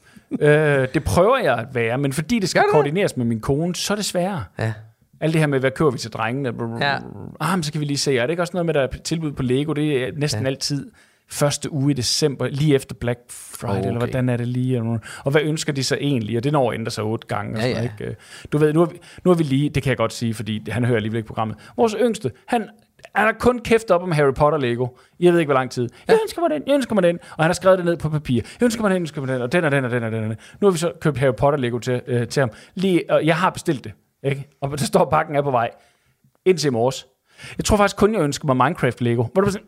øh, det prøver jeg at være, men fordi det skal koordineres med min kone, så er det sværere. Ja. Alt det her med, hvad køber vi til drengene? Ja. Ah, men så kan vi lige se. Er det ikke også noget med, der er tilbud på Lego? Det er næsten Ja. altid første uge i december, lige efter Black Friday, Okay. eller hvordan er det lige? Og hvad ønsker de så egentlig? Og det når at ændre sig otte gange. Og Ja, sådan, ja. ikke? Du ved, nu er, vi, nu er vi lige, det kan jeg godt sige, fordi han hører alligevel ikke programmet. Vores yngste, han han har kun kæft op om Harry Potter Lego. Jeg ved ikke, hvor lang tid. Jeg ønsker mig den, jeg ønsker mig den. Og han har skrevet det ned på papir. Jeg ønsker mig den, jeg ønsker mig den, og den og den og den og den. Og den. Nu har vi så købt Harry Potter Lego til, øh, til ham. Lige, og jeg har bestilt det. Ikke? Og der står, pakken er på vej. Indtil i morges. Jeg tror faktisk kun, jeg ønsker mig Minecraft Lego. Hvor du bare sådan,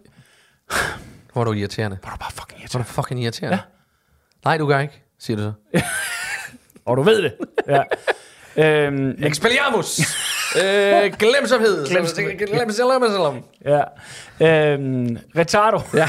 Hvor er du irriterende? hvor er du bare fucking Hvor er irriterende. du fucking irriterende? Ja. Nej, du gør ikke, siger du så. Og du ved det. Ja. Øhm, Expelliarmus! øh, glemsomhed. Glemsomhed. Glemsomhed. ja. Øhm, retardo. Ja.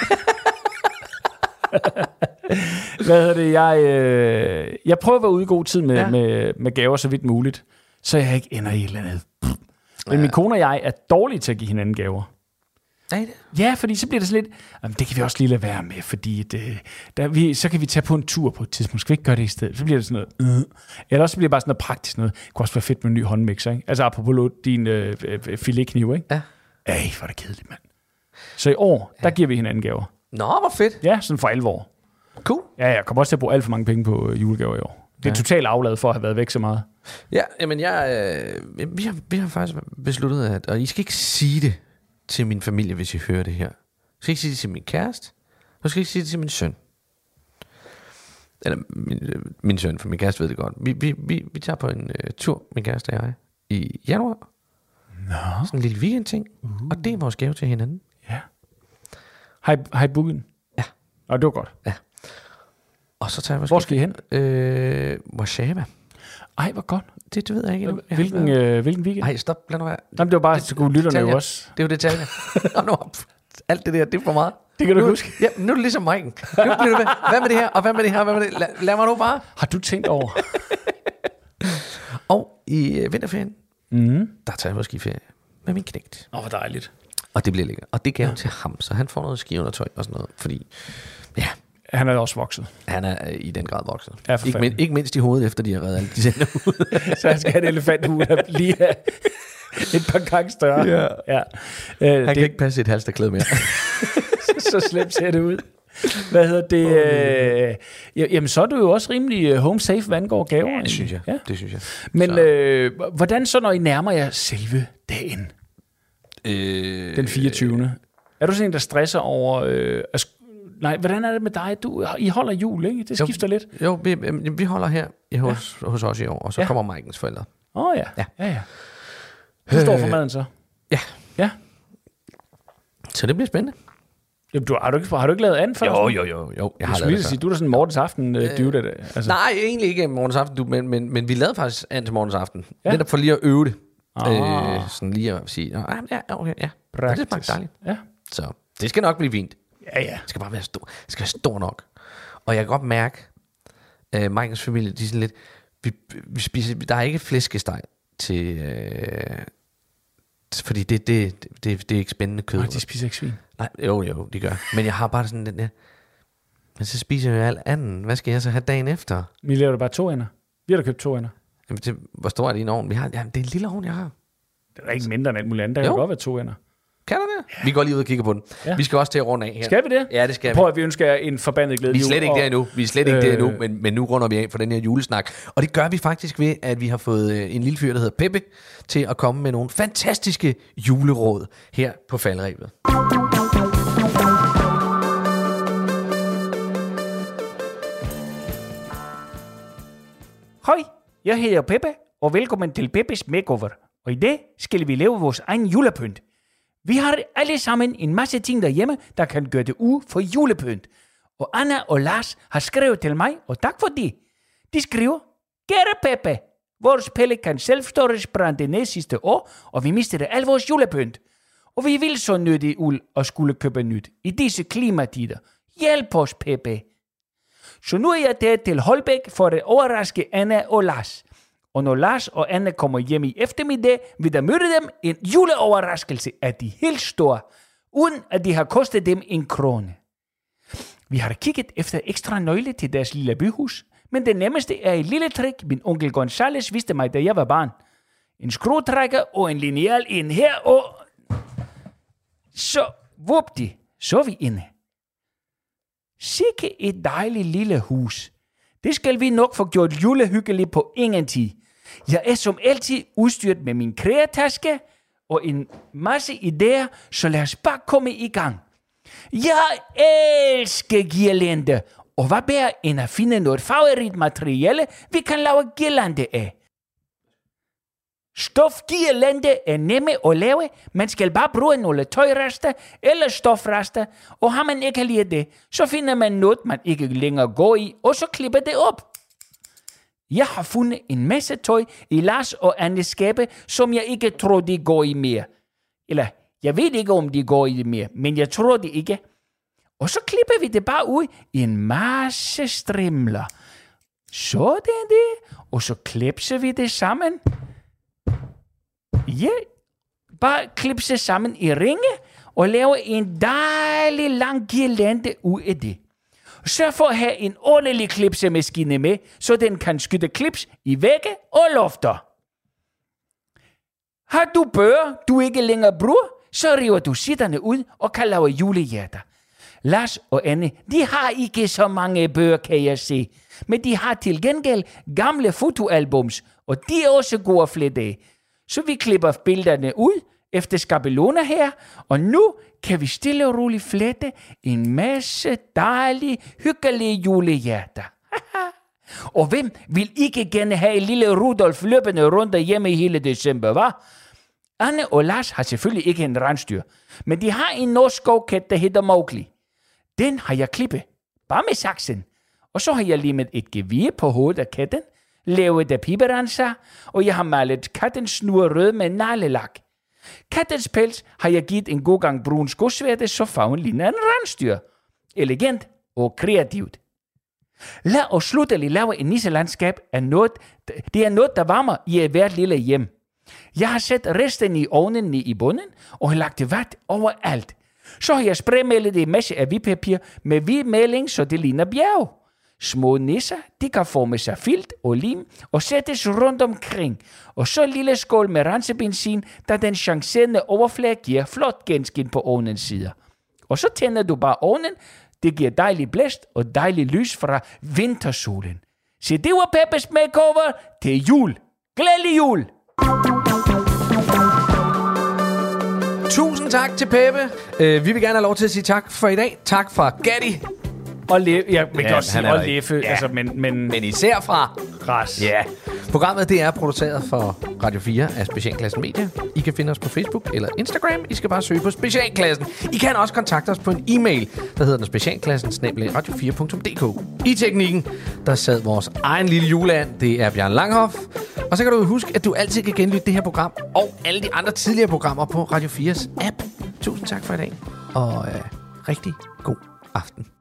Hvad hedder det? Jeg, øh, jeg prøver at være ude i god tid med, Ja. ja. med, med gaver så vidt muligt, så jeg ikke ender i et eller andet. Men min kone og jeg er dårlige til at give hinanden gaver. Nej, det. Ja, fordi så bliver det sådan lidt, jamen, det kan vi også lige lade være med, fordi det, der, vi, så kan vi tage på en tur på et tidspunkt. Skal vi ikke gøre det i stedet? Så bliver det sådan noget. Øh. Eller også bliver det bare sådan noget praktisk noget. Det kunne også være fedt med en ny håndmixer, ikke? Altså apropos din øh, øh, filetkniv, ikke? Ja. Ej, hvor er det kedeligt, mand. Så i år, der giver vi hinanden gaver. Nå, hvor fedt. Ja, sådan for alvor. Cool. Ja, jeg kommer også til at bruge alt for mange penge på øh, julegaver i år. Det er Ja. totalt afladet for at have været væk så meget. Ja, jamen jeg, øh, vi, har, vi har faktisk besluttet, at, og I skal ikke sige det til min familie, hvis I hører det her. I skal ikke sige det til min kæreste, og I skal ikke sige det til min søn. Eller min, øh, min søn, for min kæreste ved det godt. Vi, vi, vi, vi tager på en øh, tur, min kæreste og jeg, i januar. Nå. Sådan en lille weekend-ting. Uh. Og det er vores gave til hinanden. Ja. Har I, har I booket den? Ja. Nå, det var godt. Og så tager vi Hvor skal I hen? Øh, Warszawa. Ej, hvor godt. Det, det ved jeg ikke endnu. Jeg har Hvilken, været- øh, hvilken weekend? Ej, stop. Lad nu være. Jamen, det var bare, at skulle lytterne jo detaljer. også. Det er jo detaljer. Hold nu op. Alt det der, det er for meget. Det kan du nu, huske. Ja, nu er det ligesom Mike'en. Nu bliver det ved. Hvad med det her, og hvad med det her, og hvad med det? Lad, lad mig nu bare. Har du tænkt over? Og i øh, vinterferien, mm. der tager jeg på skiferie med min knægt. Åh, oh, hvor dejligt. Og det bliver lækkert. Og det gav ja. til ham, så han får noget skiundertøj og sådan noget. Fordi, ja, Han er også vokset. han er øh, i den grad vokset. Ja, for ikke, fanden. min, ikke mindst i hovedet, efter de har reddet alle de sender ud. Så han skal have et elefanthue, der lige er et par gange større. Ja. Ja. Øh, Han det, kan ikke passe et halsterklæde mere. så slemt ser det ud. Hvad hedder det? Øh, ja, jamen, så er du jo også rimelig home safe, hvad angår gaver. Ja, det synes jeg. Ja. Det synes jeg. Men Så. øh, hvordan så, når I nærmer jer selve dagen? Øh, Den fireogtyvende Er du sådan en, der stresser over... Øh, at, nej, hvordan er det med dig? Du, I holder jul, ikke? Det skifter jo, lidt. Jo, vi, vi holder her hos, ja. hos os i år, og så ja. kommer Majkens forældre. Åh oh, ja. Ja. ja, ja. Du står for maden så? Ja. Ja. Så det bliver spændende. Jamen, du, har, du ikke, har du ikke lavet andet før? Jo, jo, jo. jo. Jeg har jeg lavet det sige, du er da sådan Mortens aften øh, dude. Øh, altså. Nej, egentlig ikke morgens aften, du, men, men, men vi lavede faktisk an til morgens aften. Ja. Netop for lige at øve det. Ah. Øh, sådan lige at sige, ja, okay, ja. Practice. Det smagte dejligt. Ja. Så det skal nok blive fint. Ja, ja. Det skal bare være stor. Det skal være stor nok. Og jeg kan godt mærke, at uh, Majkens familie, de er sådan lidt, vi, vi spiser, der er ikke flæskesteg til, uh, fordi det, det, det, det er ikke spændende kød. Og de spiser ikke svin. Nej, jo, jo, de gør. Men jeg har bare sådan den der, men så spiser jeg alt andet. Hvad skal jeg så have dagen efter? Vi laver da bare to ender. Vi har da købt to ender. Jamen, det, hvor stor er din ovn? Vi har, jamen, det er en lille ovn, jeg har. Det er ikke mindre end alt muligt andet. Der kan Jo. godt være to ender. Kan der det? Ja. Vi går lige ud og kigger på den. Ja. Vi skal også til at runde af her. Skal vi det? Ja, det skal Prøv vi. at vi ønsker jer en forbandet glæde. Vi er slet ikke der endnu. Vi er slet ikke øh, der endnu, men, men nu runder vi af for den her julesnak. Og det gør vi faktisk ved, at vi har fået øh, en lille fyr, der hedder Peppe, til at komme med nogle fantastiske juleråd her på Falderebet. Hej, jeg hedder Peppe, og velkommen til Peppes Makeover. Og i dag skal vi lave vores egen julepynt. Vi har alle sammen en masse ting derhjemme, der kan gøre det ud for julepynt. Og Anna og Lars har skrevet til mig, og tak for det. De skriver, kære Peppe, vores Pelican Self-Storage brændte ned sidste år, og vi mistede al vores julepynt. Og vi vil så nytte ud og skulle købe nyt i disse klimatider. Hjælp os, Peppe. Så nu er jeg der til Holbæk for at overraske Anna og Lars. Og når Lars og Anna kommer hjem i eftermiddag, vil der møde dem en juleoverraskelse af de helt store, uden at de har kostet dem en krone. Vi har kigget efter ekstra nøgle til deres lille byhus, men det nemmeste er et lille trick, min onkel Gonzales viste mig, da jeg var barn. En skruetrækker og en lineal ind her, og... Så, vupti, så er vi inde. Sikke et dejligt lille hus. Det skal vi nok få gjort julehyggeligt på ingen tid. Jeg er som altid udstyret med min kreataske og en masse idéer, så lad os bare komme i gang. Jeg elsker girlande, og hvad bedre end at finde noget farverigt materiale, vi kan lave girlande af. Stofgirlande er nemme at lave, man skal bare bruge nogle tøjrester eller stofrester, og har man ikke lige det, så finder man noget, man ikke længere går i, og så klipper det op. Jeg har fundet en masse tøj i Lars og Annes skabe, som jeg ikke tror, de går i mere. Eller, jeg ved ikke, om de går i det mere, men jeg tror det ikke. Og så klipper vi det bare ud i en masse strimler. Sådan det, og så klipser vi det sammen. Ja, bare klipse sammen i ringe og lave en dejlig lang girlande ud af det. Sørg for at have en ordentlig klipsemaskine med, så den kan skyde klips i vægge og lofter. Har du bøger, du ikke længere bruger, så river du sitterne ud og kan lave julehjerter. Lars og Anne, de har ikke så mange bøger, kan jeg se. Men de har til gengæld gamle fotoalbums, og de er også gode at flette af. Så vi klipper billederne ud efter skabeloner her, og nu kan vi stille og roligt flette en masse dejlige, hyggelige julehjerter. Og hvem vil ikke gerne have en lille Rudolf løbende rundt derhjemme i hele december, hva'? Anne og Lars har selvfølgelig ikke en rensdyr, men de har en norsk skovkat, der hedder Mowgli. Den har jeg klippet, bare med saksen. Og så har jeg limet et gevir på hovedet af katten, lavet af piberenser, og jeg har malet kattens snur rød med neglelak. Kattens pels har jeg givet en god gang brun skosværte, så farven ligner en rensdyr. Elegant og kreativt. Lad os sluttelig lave en nisselandskab af noget, det er noget, der varmer i et hvert lille hjem. Jeg har sat resten i ovnen ned i bunden, og har lagt det vat overalt. Så har jeg spraymalet det i masse af hvidpapir med hvid maling, så det ligner bjerg. Små nisser, de kan forme sig filt og lim og sættes rundt omkring. Og så en lille skål med rensebenzin, da den chancerende overflade giver flot genskin på ovnens sider. Og så tænder du bare ovnen Det giver dejlig blæst og dejlig lys fra vintersolen. Så det var Peppes Makeover til jul. Glædelig jul! Tusind tak til Peppe. Uh, vi vil gerne have lov til at sige tak for i dag. Tak fra Gatti. Og Leffe. Ja, man kan Ja, også han sige er og der ikke. Leffe. Ja. Altså, men, men, Men især fra Ras. Ja. Programmet det er produceret for Radio fire af Specialklassen Media. I kan finde os på Facebook eller Instagram. I skal bare søge på Specialklassen. I kan også kontakte os på en e-mail, der hedder den specialklassen snabel-a radio fire punktum d k. I teknikken, der sad vores egen lille juleand. Det er Bjørn Langhoff. Og så kan du huske, at du altid kan genlytte det her program og alle de andre tidligere programmer på Radio fires app. Tusind tak for i dag, og øh, rigtig god aften.